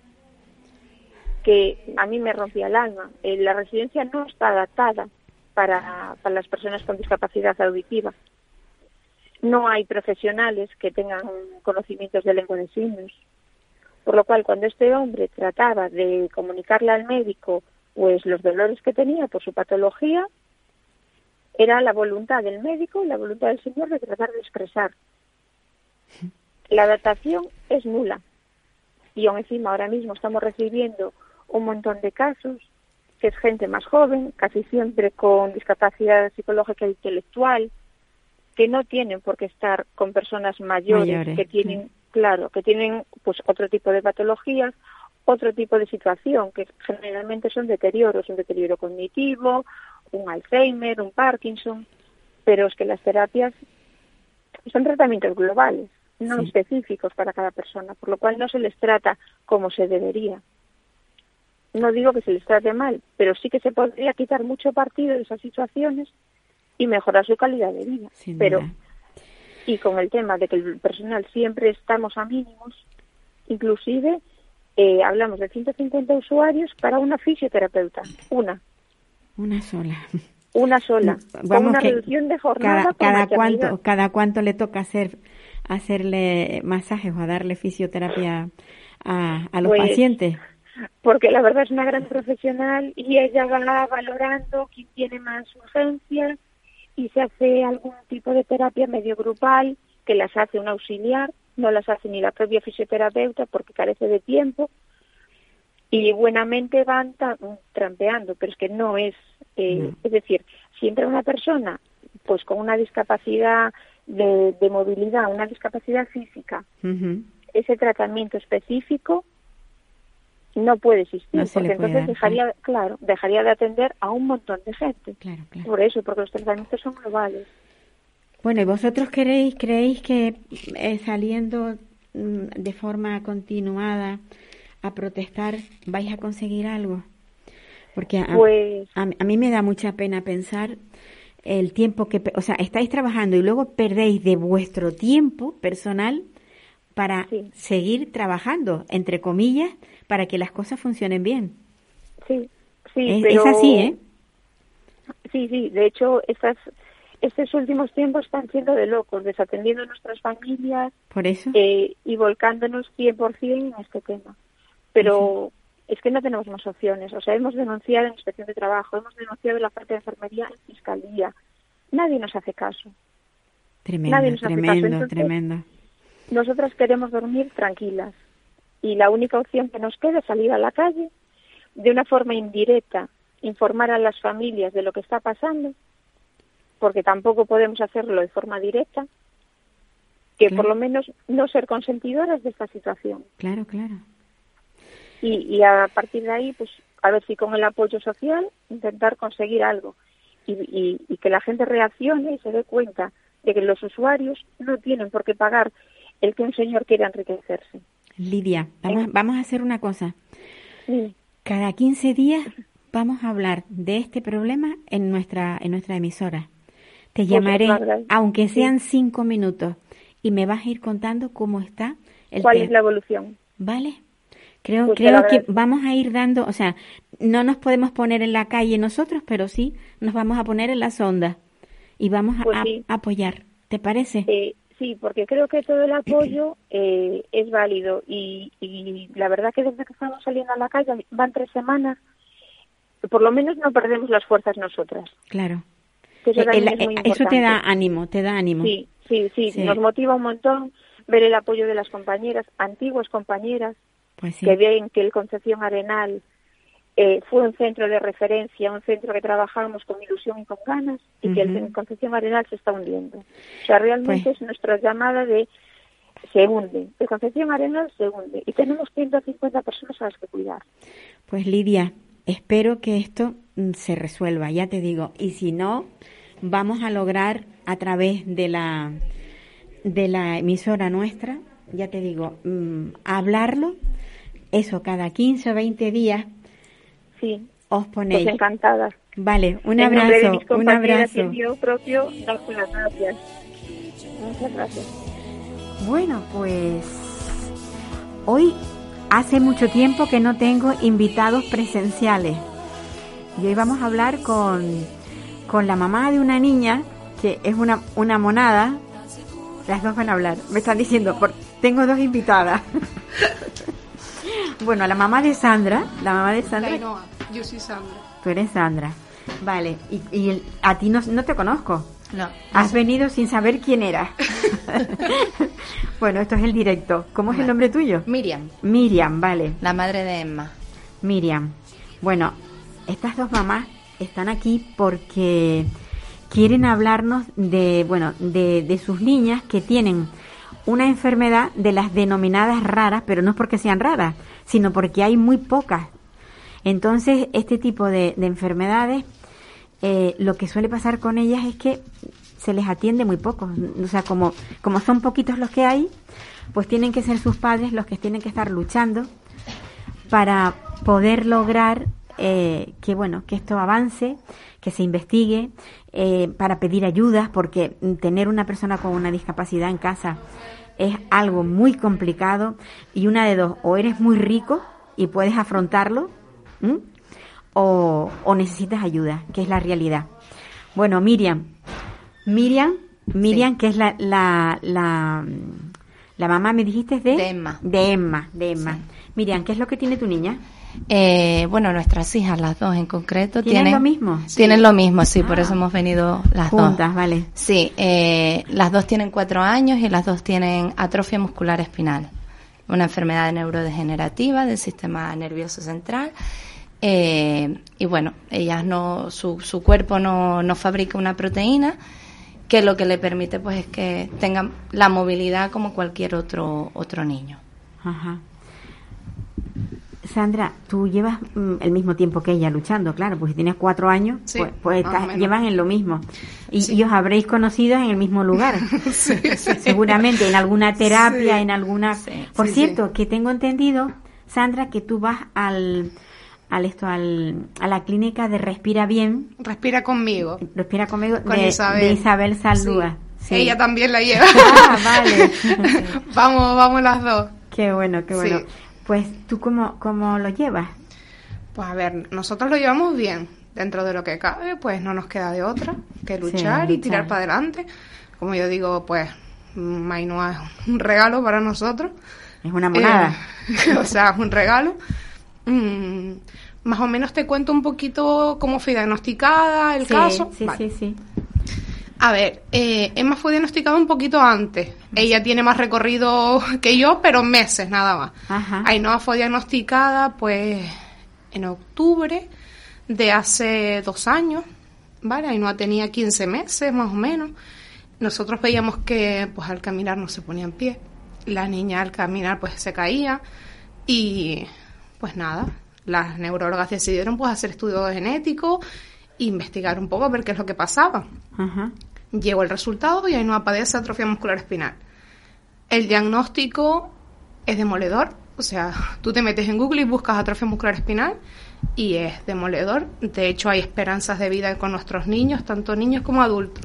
[SPEAKER 7] que a mí me rompía el alma. Eh, la residencia no está adaptada para, para las personas con discapacidad auditiva. No hay profesionales que tengan conocimientos de lengua de signos. Por lo cual, cuando este hombre trataba de comunicarle al médico pues los dolores que tenía por su patología, era la voluntad del médico y la voluntad del señor de tratar de expresar. La adaptación es nula. Y aún encima ahora mismo estamos recibiendo un montón de casos, que es gente más joven, casi siempre con discapacidad psicológica e intelectual, que no tienen por qué estar con personas mayores, mayores que tienen, sí. claro, que tienen pues otro tipo de patologías, otro tipo de situación, que generalmente son deterioros, un deterioro cognitivo, un Alzheimer, un Parkinson, pero es que las terapias son tratamientos globales, no sí. específicos para cada persona, por lo cual no se les trata como se debería. No digo que se les trate mal, pero sí que se podría quitar mucho partido de esas situaciones y mejorar su calidad de vida.
[SPEAKER 5] Sin
[SPEAKER 7] pero
[SPEAKER 5] duda.
[SPEAKER 7] Y con el tema de que el personal siempre estamos a mínimos, inclusive eh, hablamos de ciento cincuenta usuarios para una fisioterapeuta, una.
[SPEAKER 5] Una sola.
[SPEAKER 7] Una sola.
[SPEAKER 5] Vamos,
[SPEAKER 7] con una
[SPEAKER 5] que
[SPEAKER 7] reducción de jornada.
[SPEAKER 5] Cada, cada cuánto, cada cuánto le toca hacer hacerle masajes o a darle fisioterapia a, a los
[SPEAKER 7] pues,
[SPEAKER 5] pacientes.
[SPEAKER 7] Porque la verdad es una gran profesional y ella va valorando quién tiene más urgencias y se hace algún tipo de terapia medio grupal que las hace un auxiliar, no las hace ni la propia fisioterapeuta porque carece de tiempo y buenamente van ta- trampeando, pero es que no es, eh, no. es decir, siempre una persona pues con una discapacidad de, de movilidad, una discapacidad física,
[SPEAKER 5] uh-huh.
[SPEAKER 7] ese tratamiento específico no puede existir,
[SPEAKER 5] no
[SPEAKER 7] porque entonces
[SPEAKER 5] dar,
[SPEAKER 7] dejaría,
[SPEAKER 5] claro.
[SPEAKER 7] claro, dejaría de atender a un montón de gente.
[SPEAKER 5] Claro, claro.
[SPEAKER 7] Por eso, porque los tratamientos son globales.
[SPEAKER 5] Bueno, ¿y vosotros queréis, creéis que eh, saliendo mm, de forma continuada a protestar vais a conseguir algo? Porque a,
[SPEAKER 7] pues,
[SPEAKER 5] a, a mí me da mucha pena pensar el tiempo que, o sea, estáis trabajando y luego perdéis de vuestro tiempo personal para
[SPEAKER 7] sí.
[SPEAKER 5] seguir trabajando, entre comillas, para que las cosas funcionen bien.
[SPEAKER 7] Sí, sí,
[SPEAKER 5] es,
[SPEAKER 7] pero...
[SPEAKER 5] es así, ¿eh?
[SPEAKER 7] Sí, sí, de hecho, estas, estos últimos tiempos están siendo de locos, desatendiendo a nuestras familias.
[SPEAKER 5] ¿Por eso?
[SPEAKER 7] Eh, y volcándonos cien por ciento en este tema. Pero sí. es que no tenemos más opciones. O sea, hemos denunciado en Inspección de Trabajo, hemos denunciado en la parte de enfermería en Fiscalía. Nadie nos hace caso.
[SPEAKER 5] Tremendo,
[SPEAKER 7] Nadie nos
[SPEAKER 5] tremendo,
[SPEAKER 7] hace caso. Entonces,
[SPEAKER 5] tremendo.
[SPEAKER 7] Nosotras queremos dormir tranquilas. Y la única opción que nos queda es salir a la calle, de una forma indirecta, informar a las familias de lo que está pasando, porque tampoco podemos hacerlo de forma directa, que
[SPEAKER 5] claro.
[SPEAKER 7] por lo menos no ser consentidoras de esta situación.
[SPEAKER 5] Claro, claro.
[SPEAKER 7] Y, y a partir de ahí, pues a ver si con el apoyo social intentar conseguir algo y, y, y que la gente reaccione y se dé cuenta de que los usuarios no tienen por qué pagar el que un señor quiera enriquecerse.
[SPEAKER 5] Lidia, vamos, ¿Eh? vamos a hacer una cosa.
[SPEAKER 7] Sí.
[SPEAKER 5] Cada quince días vamos a hablar de este problema en nuestra en nuestra emisora. Te pues llamaré, aunque sean sí. cinco minutos, y me vas a ir contando cómo está el
[SPEAKER 7] ¿Cuál
[SPEAKER 5] tema.
[SPEAKER 7] es la evolución?
[SPEAKER 5] ¿Vale? Creo,
[SPEAKER 7] pues
[SPEAKER 5] creo que vamos a ir dando, o sea, no nos podemos poner en la calle nosotros, pero sí nos vamos a poner en las ondas y vamos a,
[SPEAKER 7] pues sí.
[SPEAKER 5] a apoyar. ¿Te parece?
[SPEAKER 7] Eh, sí, porque creo que todo el apoyo eh, es válido y, y la verdad que desde que estamos saliendo a la calle, van tres semanas, por lo menos no perdemos las fuerzas nosotras.
[SPEAKER 5] Claro.
[SPEAKER 7] Que eso,
[SPEAKER 5] Eh, el-
[SPEAKER 7] es muy
[SPEAKER 5] eh, eso te da
[SPEAKER 7] importante.
[SPEAKER 5] ánimo, te da ánimo.
[SPEAKER 7] Sí, sí, sí,
[SPEAKER 5] Sí.
[SPEAKER 7] nos motiva un montón ver el apoyo de las compañeras, antiguas compañeras,
[SPEAKER 5] Pues sí.
[SPEAKER 7] que ven que el Concepción Arenal eh, fue un centro de referencia, un centro que trabajamos con ilusión y con ganas, y que
[SPEAKER 5] Ujú.
[SPEAKER 7] el Concepción Arenal se está hundiendo. O sea, realmente
[SPEAKER 5] Pues-
[SPEAKER 7] es nuestra llamada de se hunde. El Concepción Arenal se hunde y tenemos ciento cincuenta personas a las que cuidar.
[SPEAKER 5] Pues Lidia, espero que esto mm, se resuelva, ya te digo. Y si no, vamos a lograr a través de la de la emisora nuestra, ya te digo, mm, hablarlo, eso cada quince o veinte días
[SPEAKER 7] Sí,
[SPEAKER 5] os
[SPEAKER 7] pues
[SPEAKER 5] ponéis.
[SPEAKER 7] encantada.
[SPEAKER 5] Vale, un
[SPEAKER 7] En nombre de
[SPEAKER 5] abrazo,
[SPEAKER 7] mis
[SPEAKER 5] un
[SPEAKER 7] compañeras y
[SPEAKER 5] abrazo.
[SPEAKER 7] el mío propio, darte las gracias. Muchas gracias.
[SPEAKER 5] Bueno, pues hoy hace mucho tiempo que no tengo invitados presenciales. Y hoy vamos a hablar con, con la mamá de una niña que es una, una monada. Las dos van a hablar. Me están diciendo, por, tengo dos invitadas. Bueno, la mamá de Sandra, la mamá de Sandra.
[SPEAKER 8] Ainhoa, yo soy Sandra.
[SPEAKER 5] Tú eres Sandra. Vale, y, y el- a ti no, no te conozco.
[SPEAKER 8] No.
[SPEAKER 5] Has venido sin saber quién eras. Bueno, esto es el directo. ¿Cómo es el nombre tuyo?
[SPEAKER 8] Miriam,
[SPEAKER 5] Miriam, vale.
[SPEAKER 8] la madre de Emma.
[SPEAKER 5] Miriam. Bueno, estas dos mamás están aquí porque quieren hablarnos de, bueno, de, de sus niñas que tienen una enfermedad de las denominadas raras, pero no es porque sean raras, sino porque hay muy pocas. Entonces, este tipo de, de enfermedades, eh, lo que suele pasar con ellas es que se les atiende muy poco. O sea, como, como son poquitos los que hay, pues tienen que ser sus padres los que tienen que estar luchando para poder lograr eh, que bueno que esto avance, que se investigue, eh, para pedir ayudas, porque tener una persona con una discapacidad en casa es algo muy complicado y una de dos, o eres muy rico y puedes afrontarlo, ¿m? o, o necesitas ayuda, que es la realidad. Bueno, Miriam, Miriam, Miriam,
[SPEAKER 8] Sí.
[SPEAKER 5] que es la, la, la, la mamá, me dijiste, de,
[SPEAKER 8] De Emma.
[SPEAKER 5] de Emma, de Emma.
[SPEAKER 8] Sí.
[SPEAKER 5] Miriam, ¿qué es lo que tiene tu niña?
[SPEAKER 8] Eh, bueno, nuestras hijas, las dos en concreto,
[SPEAKER 5] ¿Tienen
[SPEAKER 8] tienen
[SPEAKER 5] lo mismo?
[SPEAKER 8] Tienen lo mismo, sí, por
[SPEAKER 5] Ah.
[SPEAKER 8] eso hemos venido las
[SPEAKER 5] Juntas,
[SPEAKER 8] dos.
[SPEAKER 5] vale.
[SPEAKER 8] Sí, eh, las dos tienen cuatro años y las dos tienen atrofia muscular espinal, una enfermedad neurodegenerativa del sistema nervioso central. Eh, y bueno, ellas no, su, su cuerpo no, no fabrica una proteína que lo que le permite pues es que tengan la movilidad como cualquier otro otro niño.
[SPEAKER 5] Ajá. Sandra, tú llevas mm, el mismo tiempo que ella luchando, claro, pues si tienes cuatro años,
[SPEAKER 8] Sí,
[SPEAKER 5] pues, pues
[SPEAKER 8] más o
[SPEAKER 5] estás-
[SPEAKER 8] menos.
[SPEAKER 5] llevan en lo mismo. Y,
[SPEAKER 8] Sí.
[SPEAKER 5] y os habréis conocido en el mismo lugar.
[SPEAKER 8] Sí, sí.
[SPEAKER 5] Seguramente en alguna terapia,
[SPEAKER 8] Sí.
[SPEAKER 5] en alguna...
[SPEAKER 8] Sí,
[SPEAKER 5] Por
[SPEAKER 8] sí,
[SPEAKER 5] cierto,
[SPEAKER 8] sí.
[SPEAKER 5] que tengo entendido, Sandra, que tú vas al... al esto al, a la clínica de Respira Bien,
[SPEAKER 9] Respira conmigo.
[SPEAKER 5] Respira conmigo,
[SPEAKER 9] Con
[SPEAKER 5] de
[SPEAKER 9] Isabel.
[SPEAKER 5] de Isabel Saldúa.
[SPEAKER 9] Sí.
[SPEAKER 5] Sí.
[SPEAKER 9] Ella también la lleva.
[SPEAKER 5] Ah, vale.
[SPEAKER 9] Vamos, vamos las dos.
[SPEAKER 5] Qué bueno, qué bueno.
[SPEAKER 9] Sí.
[SPEAKER 5] Pues, ¿tú cómo, cómo lo llevas?
[SPEAKER 9] Pues a ver, nosotros lo llevamos bien. Dentro de lo que cabe, pues no nos queda de otra que luchar y
[SPEAKER 5] luchar.
[SPEAKER 9] tirar para adelante. Como yo digo, pues Ainhoa es un regalo para nosotros.
[SPEAKER 5] Es una monada.
[SPEAKER 9] Eh, o sea, es un regalo. Mm, más o menos te cuento un poquito cómo fui diagnosticada, el
[SPEAKER 5] sí,
[SPEAKER 9] caso.
[SPEAKER 5] Sí,
[SPEAKER 9] Vale.
[SPEAKER 5] sí, sí.
[SPEAKER 9] A ver, eh, Emma fue diagnosticada un poquito antes. Ella tiene más recorrido que yo, pero meses nada más.
[SPEAKER 5] Ajá.
[SPEAKER 9] Ainhoa fue diagnosticada, pues, en octubre de hace dos años, ¿vale? Ainhoa tenía quince meses, más o menos. Nosotros veíamos que, pues, al caminar no se ponía en pie. La niña al caminar, pues, se caía. Y, pues, nada, las neurólogas decidieron, pues, hacer estudios genéticos, investigar un poco a ver qué es lo que pasaba.
[SPEAKER 5] Ajá.
[SPEAKER 9] Llegó el resultado y Ainhoa padece atrofia muscular espinal. El diagnóstico es demoledor, o sea, tú te metes en Google y buscas atrofia muscular espinal y es demoledor. De hecho, hay esperanzas de vida con nuestros niños, tanto niños como adultos.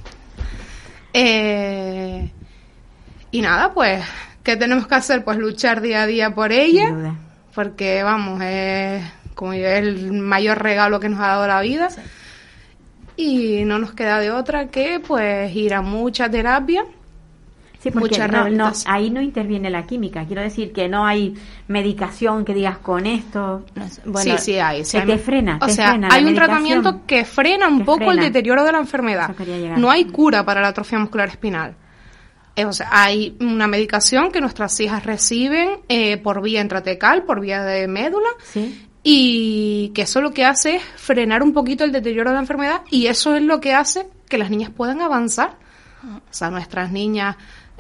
[SPEAKER 9] Eh, y nada, pues, ¿qué tenemos que hacer? Pues luchar día a día por ella,
[SPEAKER 5] Sin duda.
[SPEAKER 9] porque vamos, es como yo, el mayor regalo que nos ha dado la vida.
[SPEAKER 8] Sí.
[SPEAKER 9] Y no nos queda de otra que pues ir a mucha terapia
[SPEAKER 5] Sí, porque
[SPEAKER 9] mucha
[SPEAKER 5] no, no,
[SPEAKER 9] rehabilitación.
[SPEAKER 5] ahí no interviene la química. Quiero decir que no hay medicación que digas con esto.
[SPEAKER 9] Bueno, sí, sí hay. Sí
[SPEAKER 5] que
[SPEAKER 9] hay.
[SPEAKER 5] te frena,
[SPEAKER 9] o
[SPEAKER 5] te
[SPEAKER 9] sea,
[SPEAKER 5] frena
[SPEAKER 9] hay
[SPEAKER 5] la
[SPEAKER 9] un
[SPEAKER 5] medicación.
[SPEAKER 9] tratamiento que frena un
[SPEAKER 5] Que
[SPEAKER 9] poco
[SPEAKER 5] frena.
[SPEAKER 9] el deterioro de la enfermedad.
[SPEAKER 5] Eso quería llegar.
[SPEAKER 9] No hay cura para la atrofia muscular espinal. Eh, o sea, hay una medicación que nuestras hijas reciben eh, por vía intratecal, por vía de médula.
[SPEAKER 5] Sí.
[SPEAKER 9] Y que eso lo que hace es frenar un poquito el deterioro de la enfermedad, y eso es lo que hace que las niñas puedan avanzar. O sea, nuestras niñas,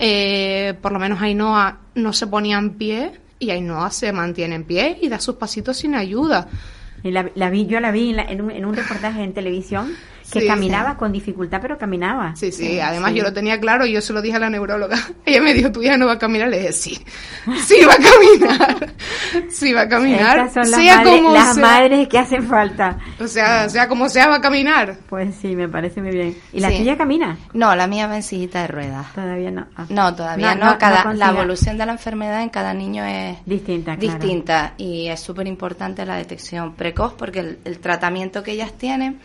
[SPEAKER 9] eh, por lo menos Ainhoa, no se ponía en pie, y Ainhoa se mantiene en pie y da sus pasitos sin ayuda.
[SPEAKER 5] Y la, la vi, yo la vi en, la, en, un, en un reportaje en televisión que
[SPEAKER 9] Sí,
[SPEAKER 5] caminaba
[SPEAKER 9] sí.
[SPEAKER 5] con dificultad, pero caminaba.
[SPEAKER 9] Sí, sí,
[SPEAKER 5] Sí,
[SPEAKER 9] además
[SPEAKER 5] sí.
[SPEAKER 9] yo lo tenía claro y yo se lo dije a la neuróloga. Ella me dijo, tu hija no va a caminar. Le dije, sí, sí va a caminar, sí va a caminar,
[SPEAKER 5] Estas son las,
[SPEAKER 9] sea
[SPEAKER 5] madres,
[SPEAKER 9] como
[SPEAKER 5] las
[SPEAKER 9] sea.
[SPEAKER 5] madres que hacen falta.
[SPEAKER 9] O sea, sea como sea, va a caminar.
[SPEAKER 5] Pues sí, me parece muy bien. ¿Y la
[SPEAKER 8] Sí.
[SPEAKER 5] tuya camina?
[SPEAKER 8] No, la mía va en sillita de ruedas.
[SPEAKER 5] Todavía no. Ah.
[SPEAKER 8] No, todavía
[SPEAKER 5] No,
[SPEAKER 8] no.
[SPEAKER 5] no,
[SPEAKER 8] cada,
[SPEAKER 5] no
[SPEAKER 8] la
[SPEAKER 5] consiga-
[SPEAKER 8] evolución de la enfermedad en cada niño es
[SPEAKER 5] Distinta, claro.
[SPEAKER 8] distinta, y es súper importante la detección precoz, porque el, el tratamiento que ellas tienen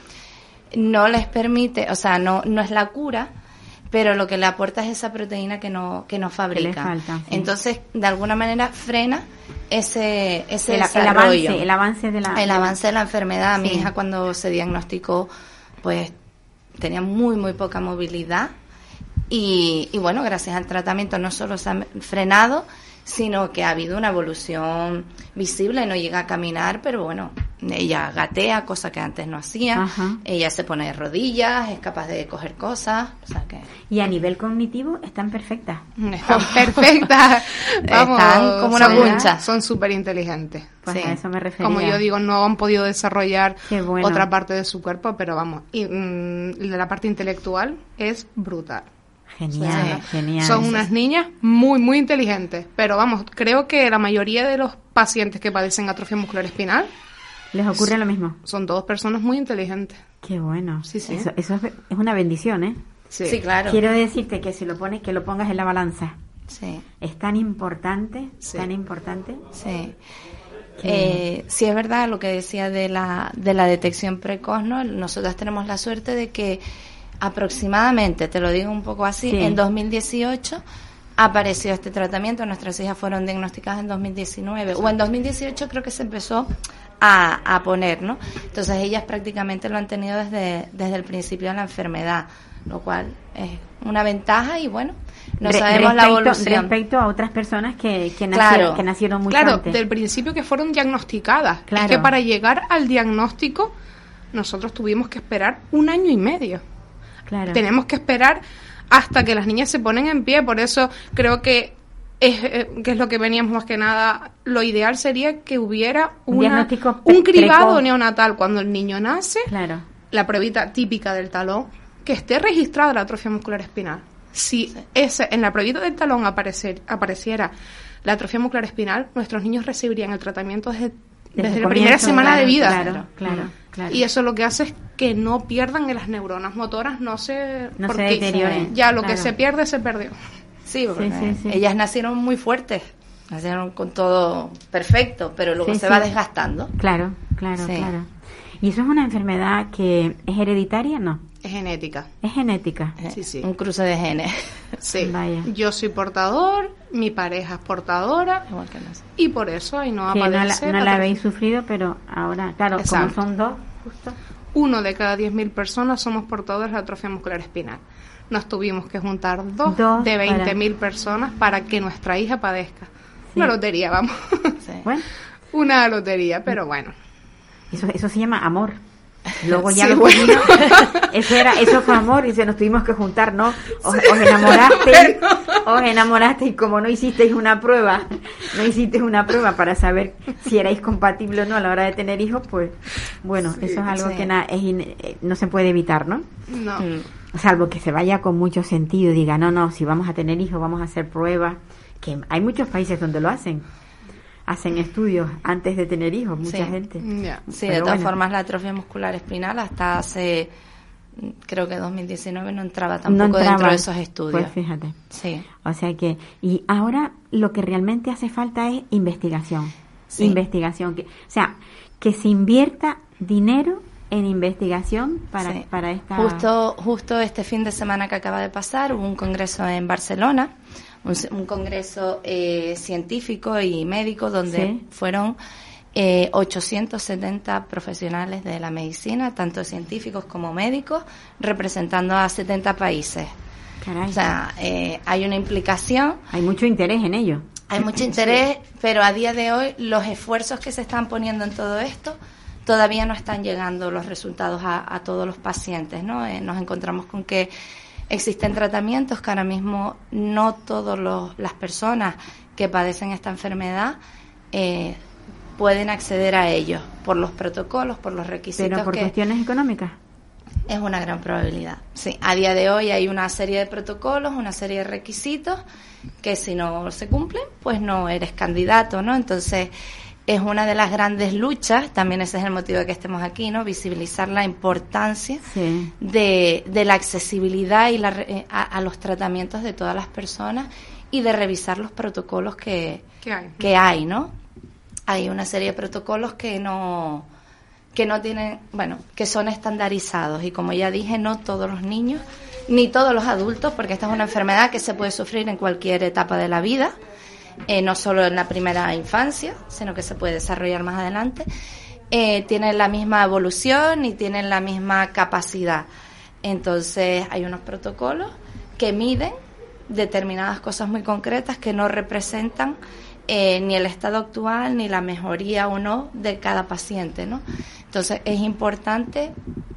[SPEAKER 8] no les permite, o sea, no no es la cura, pero lo que le aporta es esa proteína que no que no fabrica.
[SPEAKER 5] falta, sí.
[SPEAKER 8] Entonces, de alguna manera frena ese ese
[SPEAKER 5] El, el
[SPEAKER 8] desarrollo,
[SPEAKER 5] avance, el avance de la...
[SPEAKER 8] el avance de la enfermedad. Mi
[SPEAKER 5] Sí.
[SPEAKER 8] hija, cuando se diagnosticó, pues tenía muy muy poca movilidad, y, y bueno, gracias al tratamiento no solo se ha frenado, sino que ha habido una evolución visible. No llega a caminar, pero bueno, ella gatea, cosa que antes no hacía.
[SPEAKER 5] Ajá.
[SPEAKER 8] Ella se pone de rodillas, es capaz de coger cosas, o sea que
[SPEAKER 5] Y a nivel cognitivo están perfectas.
[SPEAKER 9] Están perfectas. Vamos,
[SPEAKER 8] Están como una
[SPEAKER 9] son-
[SPEAKER 8] puncha.
[SPEAKER 9] Son súper inteligentes.
[SPEAKER 5] Pues
[SPEAKER 8] Sí.
[SPEAKER 5] a eso me refería.
[SPEAKER 9] Como yo digo, no han podido desarrollar
[SPEAKER 5] Qué bueno.
[SPEAKER 9] otra parte de su cuerpo, pero vamos, y, mm, la parte intelectual es brutal.
[SPEAKER 5] Genial,
[SPEAKER 8] Sí.
[SPEAKER 5] genial.
[SPEAKER 9] Son unas niñas muy, muy inteligentes, pero vamos, creo que la mayoría de los pacientes que padecen atrofia muscular espinal
[SPEAKER 5] ¿Les ocurre lo mismo?
[SPEAKER 9] son todas personas muy inteligentes.
[SPEAKER 5] Qué bueno.
[SPEAKER 9] Sí, sí.
[SPEAKER 5] Eso, eso es, es una bendición, ¿eh?
[SPEAKER 9] Sí,
[SPEAKER 8] sí, claro.
[SPEAKER 5] Quiero decirte que si lo pones, que lo pongas en la balanza.
[SPEAKER 8] Sí,
[SPEAKER 5] Es tan importante,
[SPEAKER 9] Sí.
[SPEAKER 5] tan importante.
[SPEAKER 8] sí.
[SPEAKER 5] Que-
[SPEAKER 8] Eh, sí, es verdad lo que decía de la, de la detección precoz, ¿no? Nosotras tenemos la suerte de que aproximadamente, te lo digo un poco así,
[SPEAKER 5] Sí.
[SPEAKER 8] en dos mil dieciocho apareció este tratamiento. Nuestras hijas fueron diagnosticadas en dos mil diecinueve, o en dos mil dieciocho creo que se empezó a, a poner, ¿no? Entonces ellas prácticamente lo han tenido desde, desde el principio de la enfermedad, lo cual es una ventaja, y bueno, no
[SPEAKER 5] Re-
[SPEAKER 8] sabemos la
[SPEAKER 5] respecto-
[SPEAKER 8] evolución.
[SPEAKER 5] Respecto a otras personas que, que,
[SPEAKER 8] Claro.
[SPEAKER 5] nacieron, que nacieron mucho
[SPEAKER 9] Claro,
[SPEAKER 5] antes.
[SPEAKER 9] del principio que fueron diagnosticadas.
[SPEAKER 5] Claro.
[SPEAKER 9] Es que para llegar al diagnóstico nosotros tuvimos que esperar un año y medio.
[SPEAKER 5] Claro.
[SPEAKER 9] Tenemos que esperar hasta que las niñas se ponen en pie. Por eso creo que es, eh, que es lo que veníamos más que nada. Lo ideal sería que hubiera
[SPEAKER 5] Un
[SPEAKER 9] una-
[SPEAKER 5] diagnóstico pre-
[SPEAKER 9] un cribado
[SPEAKER 5] precoz.
[SPEAKER 9] neonatal cuando el niño nace,
[SPEAKER 5] Claro.
[SPEAKER 9] la pruebita típica del talón, que esté registrada la atrofia muscular espinal. Si ese, en la pruebita del talón aparecer, apareciera la atrofia muscular espinal, nuestros niños recibirían el tratamiento desde, desde,
[SPEAKER 5] el
[SPEAKER 9] la primera
[SPEAKER 5] comienzo,
[SPEAKER 9] semana
[SPEAKER 5] claro,
[SPEAKER 9] de vida.
[SPEAKER 5] Claro, claro, claro.
[SPEAKER 9] Y eso lo que hace es que no pierdan, que las neuronas motoras no se...
[SPEAKER 5] No se
[SPEAKER 9] porque
[SPEAKER 5] deterioren,
[SPEAKER 9] Ya lo
[SPEAKER 5] claro.
[SPEAKER 9] que se pierde, se perdió.
[SPEAKER 8] Sí, porque
[SPEAKER 5] sí, sí.
[SPEAKER 8] ellas nacieron muy fuertes, nacieron con todo perfecto, pero luego
[SPEAKER 5] Sí,
[SPEAKER 8] se
[SPEAKER 5] sí.
[SPEAKER 8] va desgastando.
[SPEAKER 5] Claro, claro,
[SPEAKER 8] Sí.
[SPEAKER 5] claro. ¿Y eso es una enfermedad que es hereditaria? No.
[SPEAKER 9] Es genética.
[SPEAKER 5] Es genética.
[SPEAKER 8] Eh,
[SPEAKER 9] Sí, sí.
[SPEAKER 8] Un cruce de genes.
[SPEAKER 9] Sí.
[SPEAKER 5] Vaya.
[SPEAKER 9] Yo soy portador, mi pareja es portadora,
[SPEAKER 8] Igual que nosotros.
[SPEAKER 9] y por eso ahí no
[SPEAKER 5] Que no la,
[SPEAKER 9] aparece
[SPEAKER 5] no
[SPEAKER 9] la
[SPEAKER 5] la
[SPEAKER 9] atrofia-
[SPEAKER 5] habéis sufrido, pero ahora, claro,
[SPEAKER 9] Exacto.
[SPEAKER 5] como son dos, justo.
[SPEAKER 9] Uno de cada diez mil personas somos portadores de atrofia muscular espinal. Nos tuvimos que juntar dos,
[SPEAKER 5] Dos
[SPEAKER 9] de
[SPEAKER 5] para-
[SPEAKER 9] veinte mil personas para que nuestra hija padezca.
[SPEAKER 5] Sí.
[SPEAKER 9] Una lotería, vamos.
[SPEAKER 8] Sí.
[SPEAKER 5] Bueno,
[SPEAKER 9] Una lotería, pero bueno.
[SPEAKER 5] eso, eso se llama amor. Luego ya
[SPEAKER 9] Sí,
[SPEAKER 5] los
[SPEAKER 9] bueno.
[SPEAKER 5] niños, eso era, eso fue amor y se nos tuvimos que juntar, ¿no? Os, os enamoraste, os enamoraste y como no hicisteis una prueba, no hicisteis una prueba para saber si erais compatibles o no a la hora de tener hijos, pues bueno,
[SPEAKER 9] Sí,
[SPEAKER 5] eso es algo
[SPEAKER 8] sí.
[SPEAKER 5] que na- es in- eh, no se puede evitar, ¿no?
[SPEAKER 9] No.
[SPEAKER 8] Mm.
[SPEAKER 5] Salvo que se vaya con mucho sentido y diga, no, no, si vamos a tener hijos vamos a hacer pruebas, que hay muchos países donde lo hacen. Hacen estudios antes de tener hijos, mucha
[SPEAKER 8] Sí.
[SPEAKER 5] gente.
[SPEAKER 9] Ya.
[SPEAKER 8] Sí, de
[SPEAKER 5] Pero
[SPEAKER 8] todas
[SPEAKER 5] bueno.
[SPEAKER 8] formas la atrofia muscular espinal hasta hace, mm, creo que dos mil diecinueve no entraba tampoco
[SPEAKER 5] No entraba,
[SPEAKER 8] dentro de esos estudios.
[SPEAKER 5] Pues fíjate.
[SPEAKER 8] Sí,
[SPEAKER 5] O sea que, y ahora lo que realmente hace falta es investigación.
[SPEAKER 8] Sí.
[SPEAKER 5] Investigación. Que, o sea, que se invierta dinero en investigación para,
[SPEAKER 8] sí.
[SPEAKER 5] para esta...
[SPEAKER 8] Justo, justo este fin de semana que acaba de pasar hubo un congreso en Barcelona, un, un congreso eh, científico y médico donde sí. fueron eh, ochocientos setenta profesionales de la medicina, tanto científicos como médicos, representando a setenta países.
[SPEAKER 5] Caray.
[SPEAKER 8] O sea, eh, hay una implicación.
[SPEAKER 5] Hay mucho interés en ello.
[SPEAKER 8] Hay mucho interés, pero a día de hoy los esfuerzos que se están poniendo en todo esto todavía no están llegando los resultados a, a todos los pacientes, ¿no? Eh, nos encontramos con que existen tratamientos que ahora mismo no todas las personas que padecen esta enfermedad eh, pueden acceder a ellos por los protocolos, por los requisitos.
[SPEAKER 5] ¿Pero por
[SPEAKER 8] que
[SPEAKER 5] cuestiones económicas?
[SPEAKER 8] Es una gran probabilidad. Sí, a día de hoy hay una serie de protocolos, una serie de requisitos que si no se cumplen, pues no eres candidato, ¿no? Entonces, es una de las grandes luchas, también ese es el motivo de que estemos aquí, ¿no? Visibilizar la importancia sí. de, de la accesibilidad y la, a, a los tratamientos de todas las personas y de revisar los protocolos que,
[SPEAKER 9] ¿Qué hay?
[SPEAKER 8] que hay, ¿no? Hay una serie de protocolos que no que no tienen, bueno, que son estandarizados y como ya dije, no todos los niños ni todos los adultos, porque esta es una enfermedad que se puede sufrir en cualquier etapa de la vida. Eh, no solo en la primera infancia, sino que se puede desarrollar más adelante, eh, tienen la misma evolución y tienen la misma capacidad. Entonces hay unos protocolos que miden determinadas cosas muy concretas que no representan eh, ni el estado actual ni la mejoría o no de cada paciente, ¿no? Entonces es importante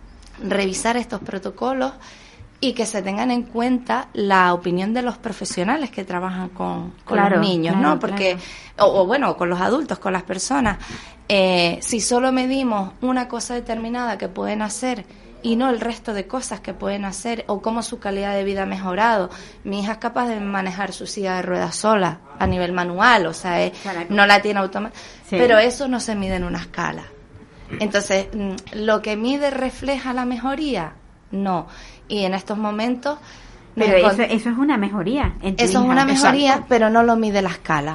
[SPEAKER 8] revisar estos protocolos y que se tengan en cuenta la opinión de los profesionales que trabajan con, con claro, los niños, claro, ¿no? Porque, claro. o, o bueno, con los adultos, con las personas. Eh, si solo medimos una cosa determinada que pueden hacer y no el resto de cosas que pueden hacer o cómo su calidad de vida ha mejorado. Mi hija es capaz de manejar su silla de ruedas sola a nivel manual, o sea, es, no la tiene automática, sí. Pero eso no se mide en una escala. Entonces, ¿lo que mide refleja la mejoría? No. Y en estos momentos...
[SPEAKER 5] Pero eso, eso es una mejoría. En tu
[SPEAKER 8] eso
[SPEAKER 5] hija.
[SPEAKER 8] es una mejoría,
[SPEAKER 9] Exacto.
[SPEAKER 8] Pero no lo mide la escala.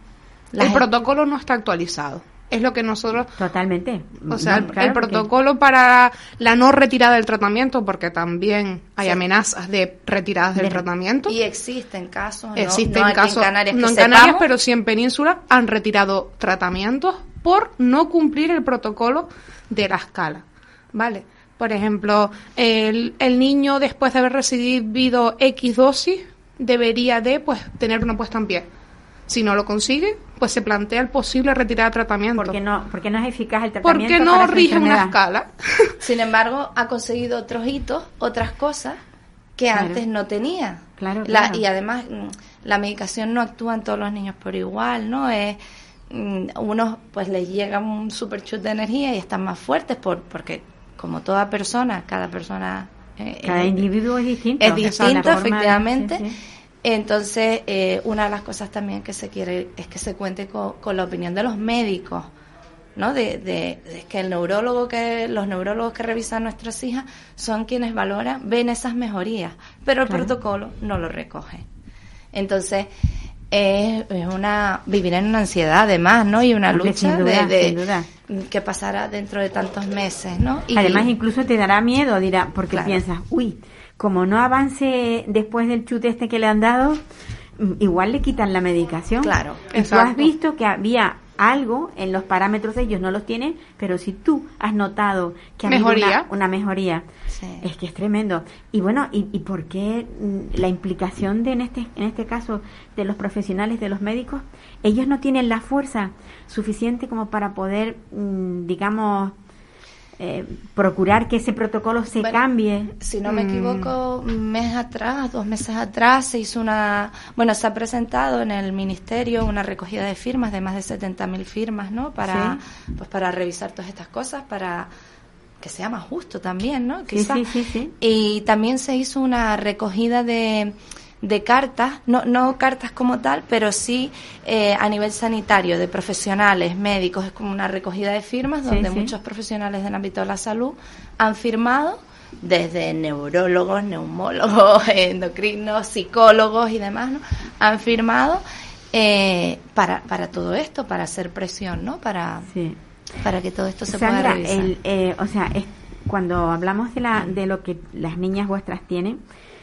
[SPEAKER 8] La
[SPEAKER 9] el
[SPEAKER 8] gente...
[SPEAKER 9] protocolo no está actualizado. Es lo que nosotros...
[SPEAKER 5] Totalmente.
[SPEAKER 9] O sea,
[SPEAKER 5] no,
[SPEAKER 9] el,
[SPEAKER 5] claro,
[SPEAKER 9] el protocolo porque... para la no retirada del tratamiento, porque también hay sí. amenazas de retiradas del de... tratamiento.
[SPEAKER 8] Y existen casos,
[SPEAKER 9] existen
[SPEAKER 8] no, no
[SPEAKER 9] casos,
[SPEAKER 8] en Canarias,
[SPEAKER 9] no
[SPEAKER 8] que
[SPEAKER 9] en Canarias,
[SPEAKER 8] sepamos.
[SPEAKER 9] Pero sí en Península han retirado tratamientos por no cumplir el protocolo de la escala, ¿vale? Por ejemplo, el, el niño después de haber recibido X dosis debería de pues tener una puesta en pie. Si no lo consigue, pues se plantea el posible retirada de tratamiento.
[SPEAKER 5] ¿Por qué no, por qué no es eficaz el tratamiento?
[SPEAKER 9] Porque no rige una escala.
[SPEAKER 8] Sin embargo, ha conseguido otros hitos, otras cosas que claro. antes no tenía.
[SPEAKER 5] Claro,
[SPEAKER 8] la,
[SPEAKER 5] claro.
[SPEAKER 8] Y además, la medicación no actúa en todos los niños por igual, ¿no? Es... unos pues les llega un super chute de energía y están más fuertes por porque como toda persona, cada persona eh,
[SPEAKER 5] cada
[SPEAKER 8] eh,
[SPEAKER 5] individuo es distinto,
[SPEAKER 8] es distinto, efectivamente.
[SPEAKER 5] Sí, sí.
[SPEAKER 8] Entonces eh, una de las cosas también que se quiere es que se cuente con, con la opinión de los médicos, ¿no? De, de, de que el neurólogo que los neurólogos que revisan nuestras hijas son quienes valoran, ven esas mejorías, pero el claro. protocolo no lo recoge. Entonces Es, es una vivir en una ansiedad además, ¿no? Y una
[SPEAKER 5] Porque
[SPEAKER 8] lucha
[SPEAKER 5] duda,
[SPEAKER 8] de, de que pasará dentro de tantos meses, ¿no? Y
[SPEAKER 5] además incluso te dará miedo, dirá, porque
[SPEAKER 8] claro.
[SPEAKER 5] piensas, uy, como no avance después del chute este que le han dado, igual le quitan la medicación.
[SPEAKER 8] Claro.
[SPEAKER 5] Y tú has visto que había algo en los parámetros, ellos no los tienen, pero si tú has notado que ha habido una, una mejoría, sí. Es que es tremendo. Y bueno, ¿y, y por qué la implicación de en este en este caso de los profesionales, de los médicos? Ellos no tienen la fuerza suficiente como para poder, digamos, eh, procurar que ese protocolo se
[SPEAKER 8] bueno,
[SPEAKER 5] cambie.
[SPEAKER 8] Si no me equivoco, un mes atrás, dos meses atrás, se hizo una... Bueno, se ha presentado en el Ministerio una recogida de firmas de más de setenta mil firmas, ¿no? Para, sí. pues para revisar todas estas cosas, para que sea más justo también, ¿no? Quizá.
[SPEAKER 5] Sí, sí, sí, sí.
[SPEAKER 8] Y también se hizo una recogida de... de cartas, no no cartas como tal, pero sí eh, a nivel sanitario, de profesionales, médicos, es como una recogida de firmas donde sí, sí. muchos profesionales del ámbito de la salud han firmado, desde neurólogos, neumólogos, endocrinos, psicólogos y demás, ¿no? Han firmado eh, para para todo esto, para hacer presión, ¿no? Para
[SPEAKER 5] sí.
[SPEAKER 8] para que todo esto se
[SPEAKER 5] Sandra,
[SPEAKER 8] pueda revisar.
[SPEAKER 5] El, eh, o sea, es, cuando hablamos de, la, de lo que las niñas vuestras tienen,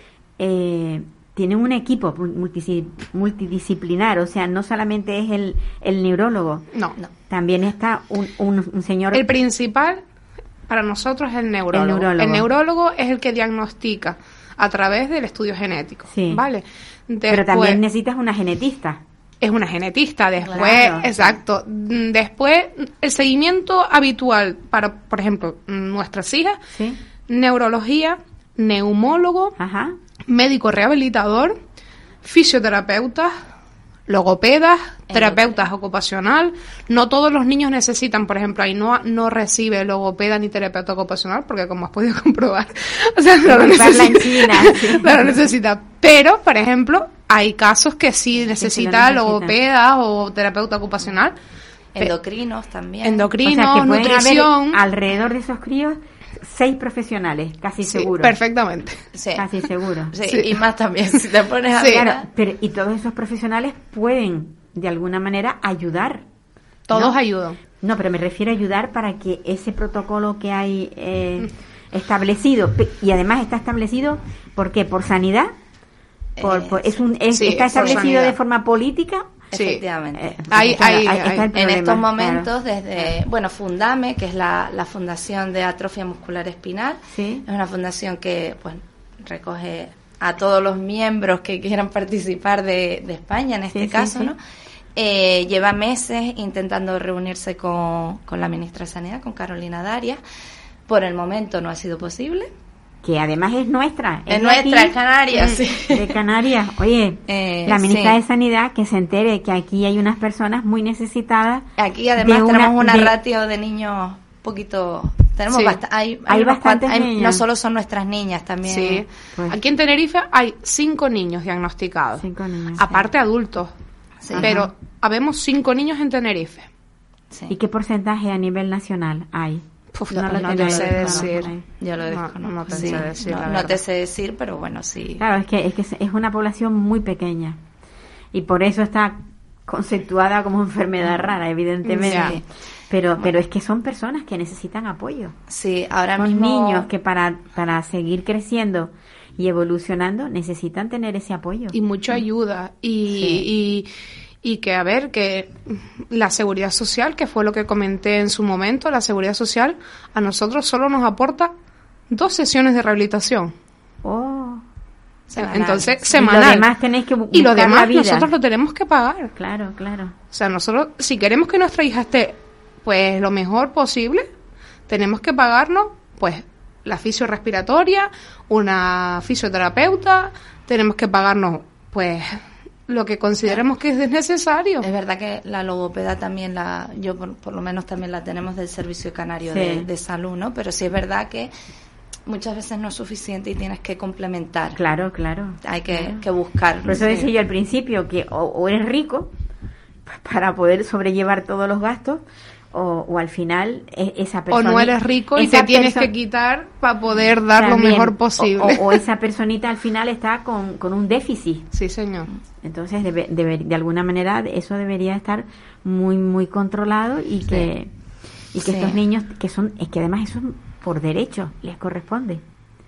[SPEAKER 5] eh, tienen un equipo multidisciplinar, o sea, no solamente es el, el neurólogo,
[SPEAKER 9] no, no,
[SPEAKER 5] también está un, un, un señor...
[SPEAKER 9] El principal para nosotros es el neurólogo. El neurólogo. El neurólogo es el que diagnostica a través del estudio genético, sí. ¿Vale? Después,
[SPEAKER 5] pero también necesitas una genetista.
[SPEAKER 9] Es una genetista, después,
[SPEAKER 5] claro.
[SPEAKER 9] exacto. Después, el seguimiento habitual para, por ejemplo, nuestras hijas, ¿sí? Neurología, neumólogo, ajá, médico rehabilitador, fisioterapeutas, logopedas, terapeutas ocupacional. No todos los niños necesitan, por ejemplo, Ainhoa no recibe logopeda ni terapeuta ocupacional porque, como has podido comprobar, o sea, no lo necesita, China, sí. no lo necesita. Pero, por ejemplo, hay casos que sí necesita, sí, logopeda o terapeuta ocupacional.
[SPEAKER 8] Endocrinos también.
[SPEAKER 9] Endocrinos,
[SPEAKER 5] o sea, que
[SPEAKER 9] nutrición.
[SPEAKER 5] Alrededor de esos críos, seis profesionales, casi
[SPEAKER 9] sí,
[SPEAKER 5] seguro.
[SPEAKER 9] Perfectamente.
[SPEAKER 5] Sí. Casi seguro.
[SPEAKER 8] Sí, sí. Y más también, si te pones a
[SPEAKER 5] sí.
[SPEAKER 8] ver.
[SPEAKER 5] Claro, pero, y todos esos profesionales pueden, de alguna manera, ayudar.
[SPEAKER 9] Todos
[SPEAKER 5] ¿no?
[SPEAKER 9] ayudan.
[SPEAKER 5] No, pero me refiero a ayudar para que ese protocolo que hay eh, establecido, y además está establecido, ¿por qué? ¿Por sanidad? Por, por, es un, es, sí, ¿Está establecido de forma política?
[SPEAKER 8] Sí. Efectivamente.
[SPEAKER 9] Eh, hay, hay, hay, hay.
[SPEAKER 8] En estos momentos, claro. desde, bueno, Fundame, que es la, la Fundación de Atrofia Muscular Espinal, ¿sí? Es una fundación que, pues, recoge a todos los miembros que quieran participar de, de España, en este sí, caso, sí, ¿no? Sí. Eh, lleva meses intentando reunirse con, con la ministra de Sanidad, con Carolina Darias. Por el momento no ha sido posible.
[SPEAKER 5] Que además es nuestra.
[SPEAKER 8] Es, es nuestra, es Canarias.
[SPEAKER 5] Sí. De Canarias. Oye, eh, la ministra sí. de Sanidad, que se entere que aquí hay unas personas muy necesitadas.
[SPEAKER 8] Aquí además tenemos una, una de, ratio de niños poquito... Tenemos
[SPEAKER 5] sí.
[SPEAKER 8] bast- hay, hay,
[SPEAKER 5] hay bastantes
[SPEAKER 8] hay,
[SPEAKER 5] niños.
[SPEAKER 8] No solo son nuestras niñas, también.
[SPEAKER 9] Sí. Pues. Aquí en Tenerife hay cinco niños diagnosticados.
[SPEAKER 5] Cinco niños.
[SPEAKER 9] Aparte
[SPEAKER 5] sí.
[SPEAKER 9] adultos. Sí. Pero Ajá. habemos cinco niños en Tenerife.
[SPEAKER 5] Sí. ¿Y qué porcentaje a nivel nacional hay?
[SPEAKER 9] Uf, no, no, no te sé decir.
[SPEAKER 8] Yo lo desconozco.
[SPEAKER 9] No, no te
[SPEAKER 8] sí.
[SPEAKER 9] sé decir.
[SPEAKER 8] No, no te sé decir, pero bueno, sí.
[SPEAKER 5] Claro, es que es que es una población muy pequeña y por eso está conceptuada como enfermedad rara, evidentemente.
[SPEAKER 9] Ya.
[SPEAKER 5] Pero
[SPEAKER 8] bueno.
[SPEAKER 5] pero es que son personas que necesitan apoyo.
[SPEAKER 8] Sí, ahora
[SPEAKER 5] son
[SPEAKER 8] mismo
[SPEAKER 5] niños que para para seguir creciendo y evolucionando necesitan tener ese apoyo
[SPEAKER 9] y mucha ayuda y sí. y Y que, a ver, que la seguridad social, que fue lo que comenté en su momento, la seguridad social a nosotros solo nos aporta dos sesiones de rehabilitación.
[SPEAKER 5] Oh.
[SPEAKER 9] Semanal. Entonces, semanal.
[SPEAKER 5] Y lo demás tenéis que buscar
[SPEAKER 9] Y lo demás
[SPEAKER 5] la vida.
[SPEAKER 9] nosotros lo tenemos que pagar.
[SPEAKER 5] Claro, claro.
[SPEAKER 9] O sea, nosotros, si queremos que nuestra hija esté, pues, lo mejor posible, tenemos que pagarnos, pues, la fisiorrespiratoria, una fisioterapeuta, tenemos que pagarnos, pues... lo que consideremos que es necesario.
[SPEAKER 8] Es verdad que la logopeda también la, yo por, por lo menos también la tenemos del Servicio Canario
[SPEAKER 5] sí.
[SPEAKER 8] de, de Salud, ¿no? Pero sí es verdad que muchas veces no es suficiente y tienes que complementar.
[SPEAKER 5] Claro, claro.
[SPEAKER 8] Hay que,
[SPEAKER 5] claro.
[SPEAKER 8] que buscar.
[SPEAKER 5] Por eso
[SPEAKER 8] sí.
[SPEAKER 5] decía yo al principio que o, o eres rico para poder sobrellevar todos los gastos, o, o al final esa persona...
[SPEAKER 9] O no eres rico y te tienes que quitar para poder dar también, lo mejor posible.
[SPEAKER 5] O, o, o esa personita al final está con, con un déficit.
[SPEAKER 9] Sí, señor.
[SPEAKER 5] Entonces, debe, debe, de alguna manera, eso debería estar muy, muy controlado y que, sí. y que sí. estos niños, que son, es que además eso por derecho les corresponde.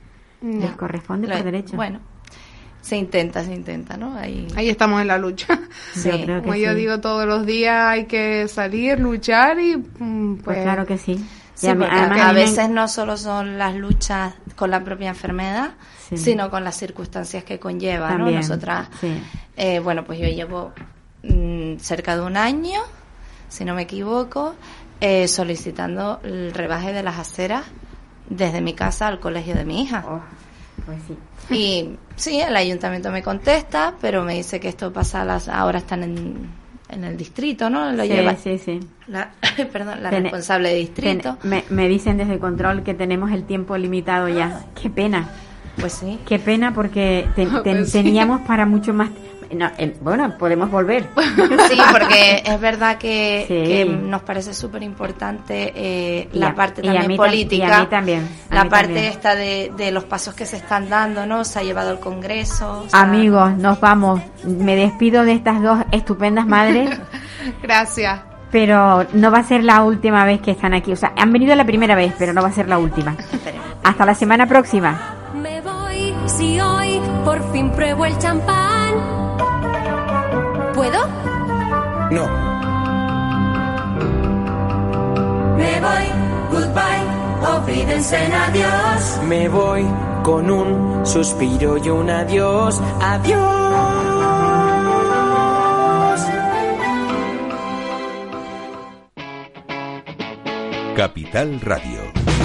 [SPEAKER 5] No. Les corresponde
[SPEAKER 8] Lo,
[SPEAKER 5] por derecho.
[SPEAKER 8] Bueno. Se intenta, se intenta, ¿no? Ahí,
[SPEAKER 9] Ahí estamos en la lucha.
[SPEAKER 5] Sí, yo creo que
[SPEAKER 9] Como yo
[SPEAKER 5] sí.
[SPEAKER 9] digo todos los días, hay que salir, luchar y... Pues,
[SPEAKER 5] pues claro que sí.
[SPEAKER 8] Sí, a, porque además, a veces no solo son las luchas con la propia enfermedad, sí. sino con las circunstancias que conlleva,
[SPEAKER 5] También,
[SPEAKER 8] ¿no? Nosotras,
[SPEAKER 5] sí.
[SPEAKER 8] eh, bueno, pues yo llevo mmm, cerca de un año, si no me equivoco, eh, solicitando el rebaje de las aceras desde mi casa al colegio de mi hija.
[SPEAKER 5] Oh, pues sí.
[SPEAKER 8] Y sí, el ayuntamiento me contesta, pero me dice que esto pasa, a las, ahora están en, en el distrito, ¿no? Lo
[SPEAKER 5] sí,
[SPEAKER 8] lleva
[SPEAKER 5] sí, sí.
[SPEAKER 8] La, perdón, la
[SPEAKER 5] ten,
[SPEAKER 8] responsable de distrito.
[SPEAKER 5] Ten, me, me dicen desde control que tenemos el tiempo limitado ya. Qué pena.
[SPEAKER 8] Pues sí.
[SPEAKER 5] Qué pena porque ten, ten, pues sí. teníamos para mucho más... No, eh, bueno, podemos volver.
[SPEAKER 8] Sí, porque es verdad que,
[SPEAKER 5] sí.
[SPEAKER 8] que nos parece súper importante eh, la
[SPEAKER 5] a,
[SPEAKER 8] parte también política.
[SPEAKER 5] Y a mí también. A
[SPEAKER 8] la
[SPEAKER 5] mí
[SPEAKER 8] parte
[SPEAKER 5] también.
[SPEAKER 8] esta de, de los pasos que se están dando, ¿no? Se ha llevado el Congreso. O sea...
[SPEAKER 5] Amigos, nos vamos. Me despido de estas dos estupendas madres.
[SPEAKER 9] Gracias.
[SPEAKER 5] pero no va a ser la última vez que están aquí. O sea, han venido la primera vez, pero no va a ser la última. Hasta la semana próxima.
[SPEAKER 3] Me voy si hoy por fin pruebo el champán. ¿Puedo?
[SPEAKER 10] No.
[SPEAKER 3] Me voy, goodbye, olvídense en adiós.
[SPEAKER 10] Me voy con un suspiro y un adiós. Adiós.
[SPEAKER 1] Capital Radio.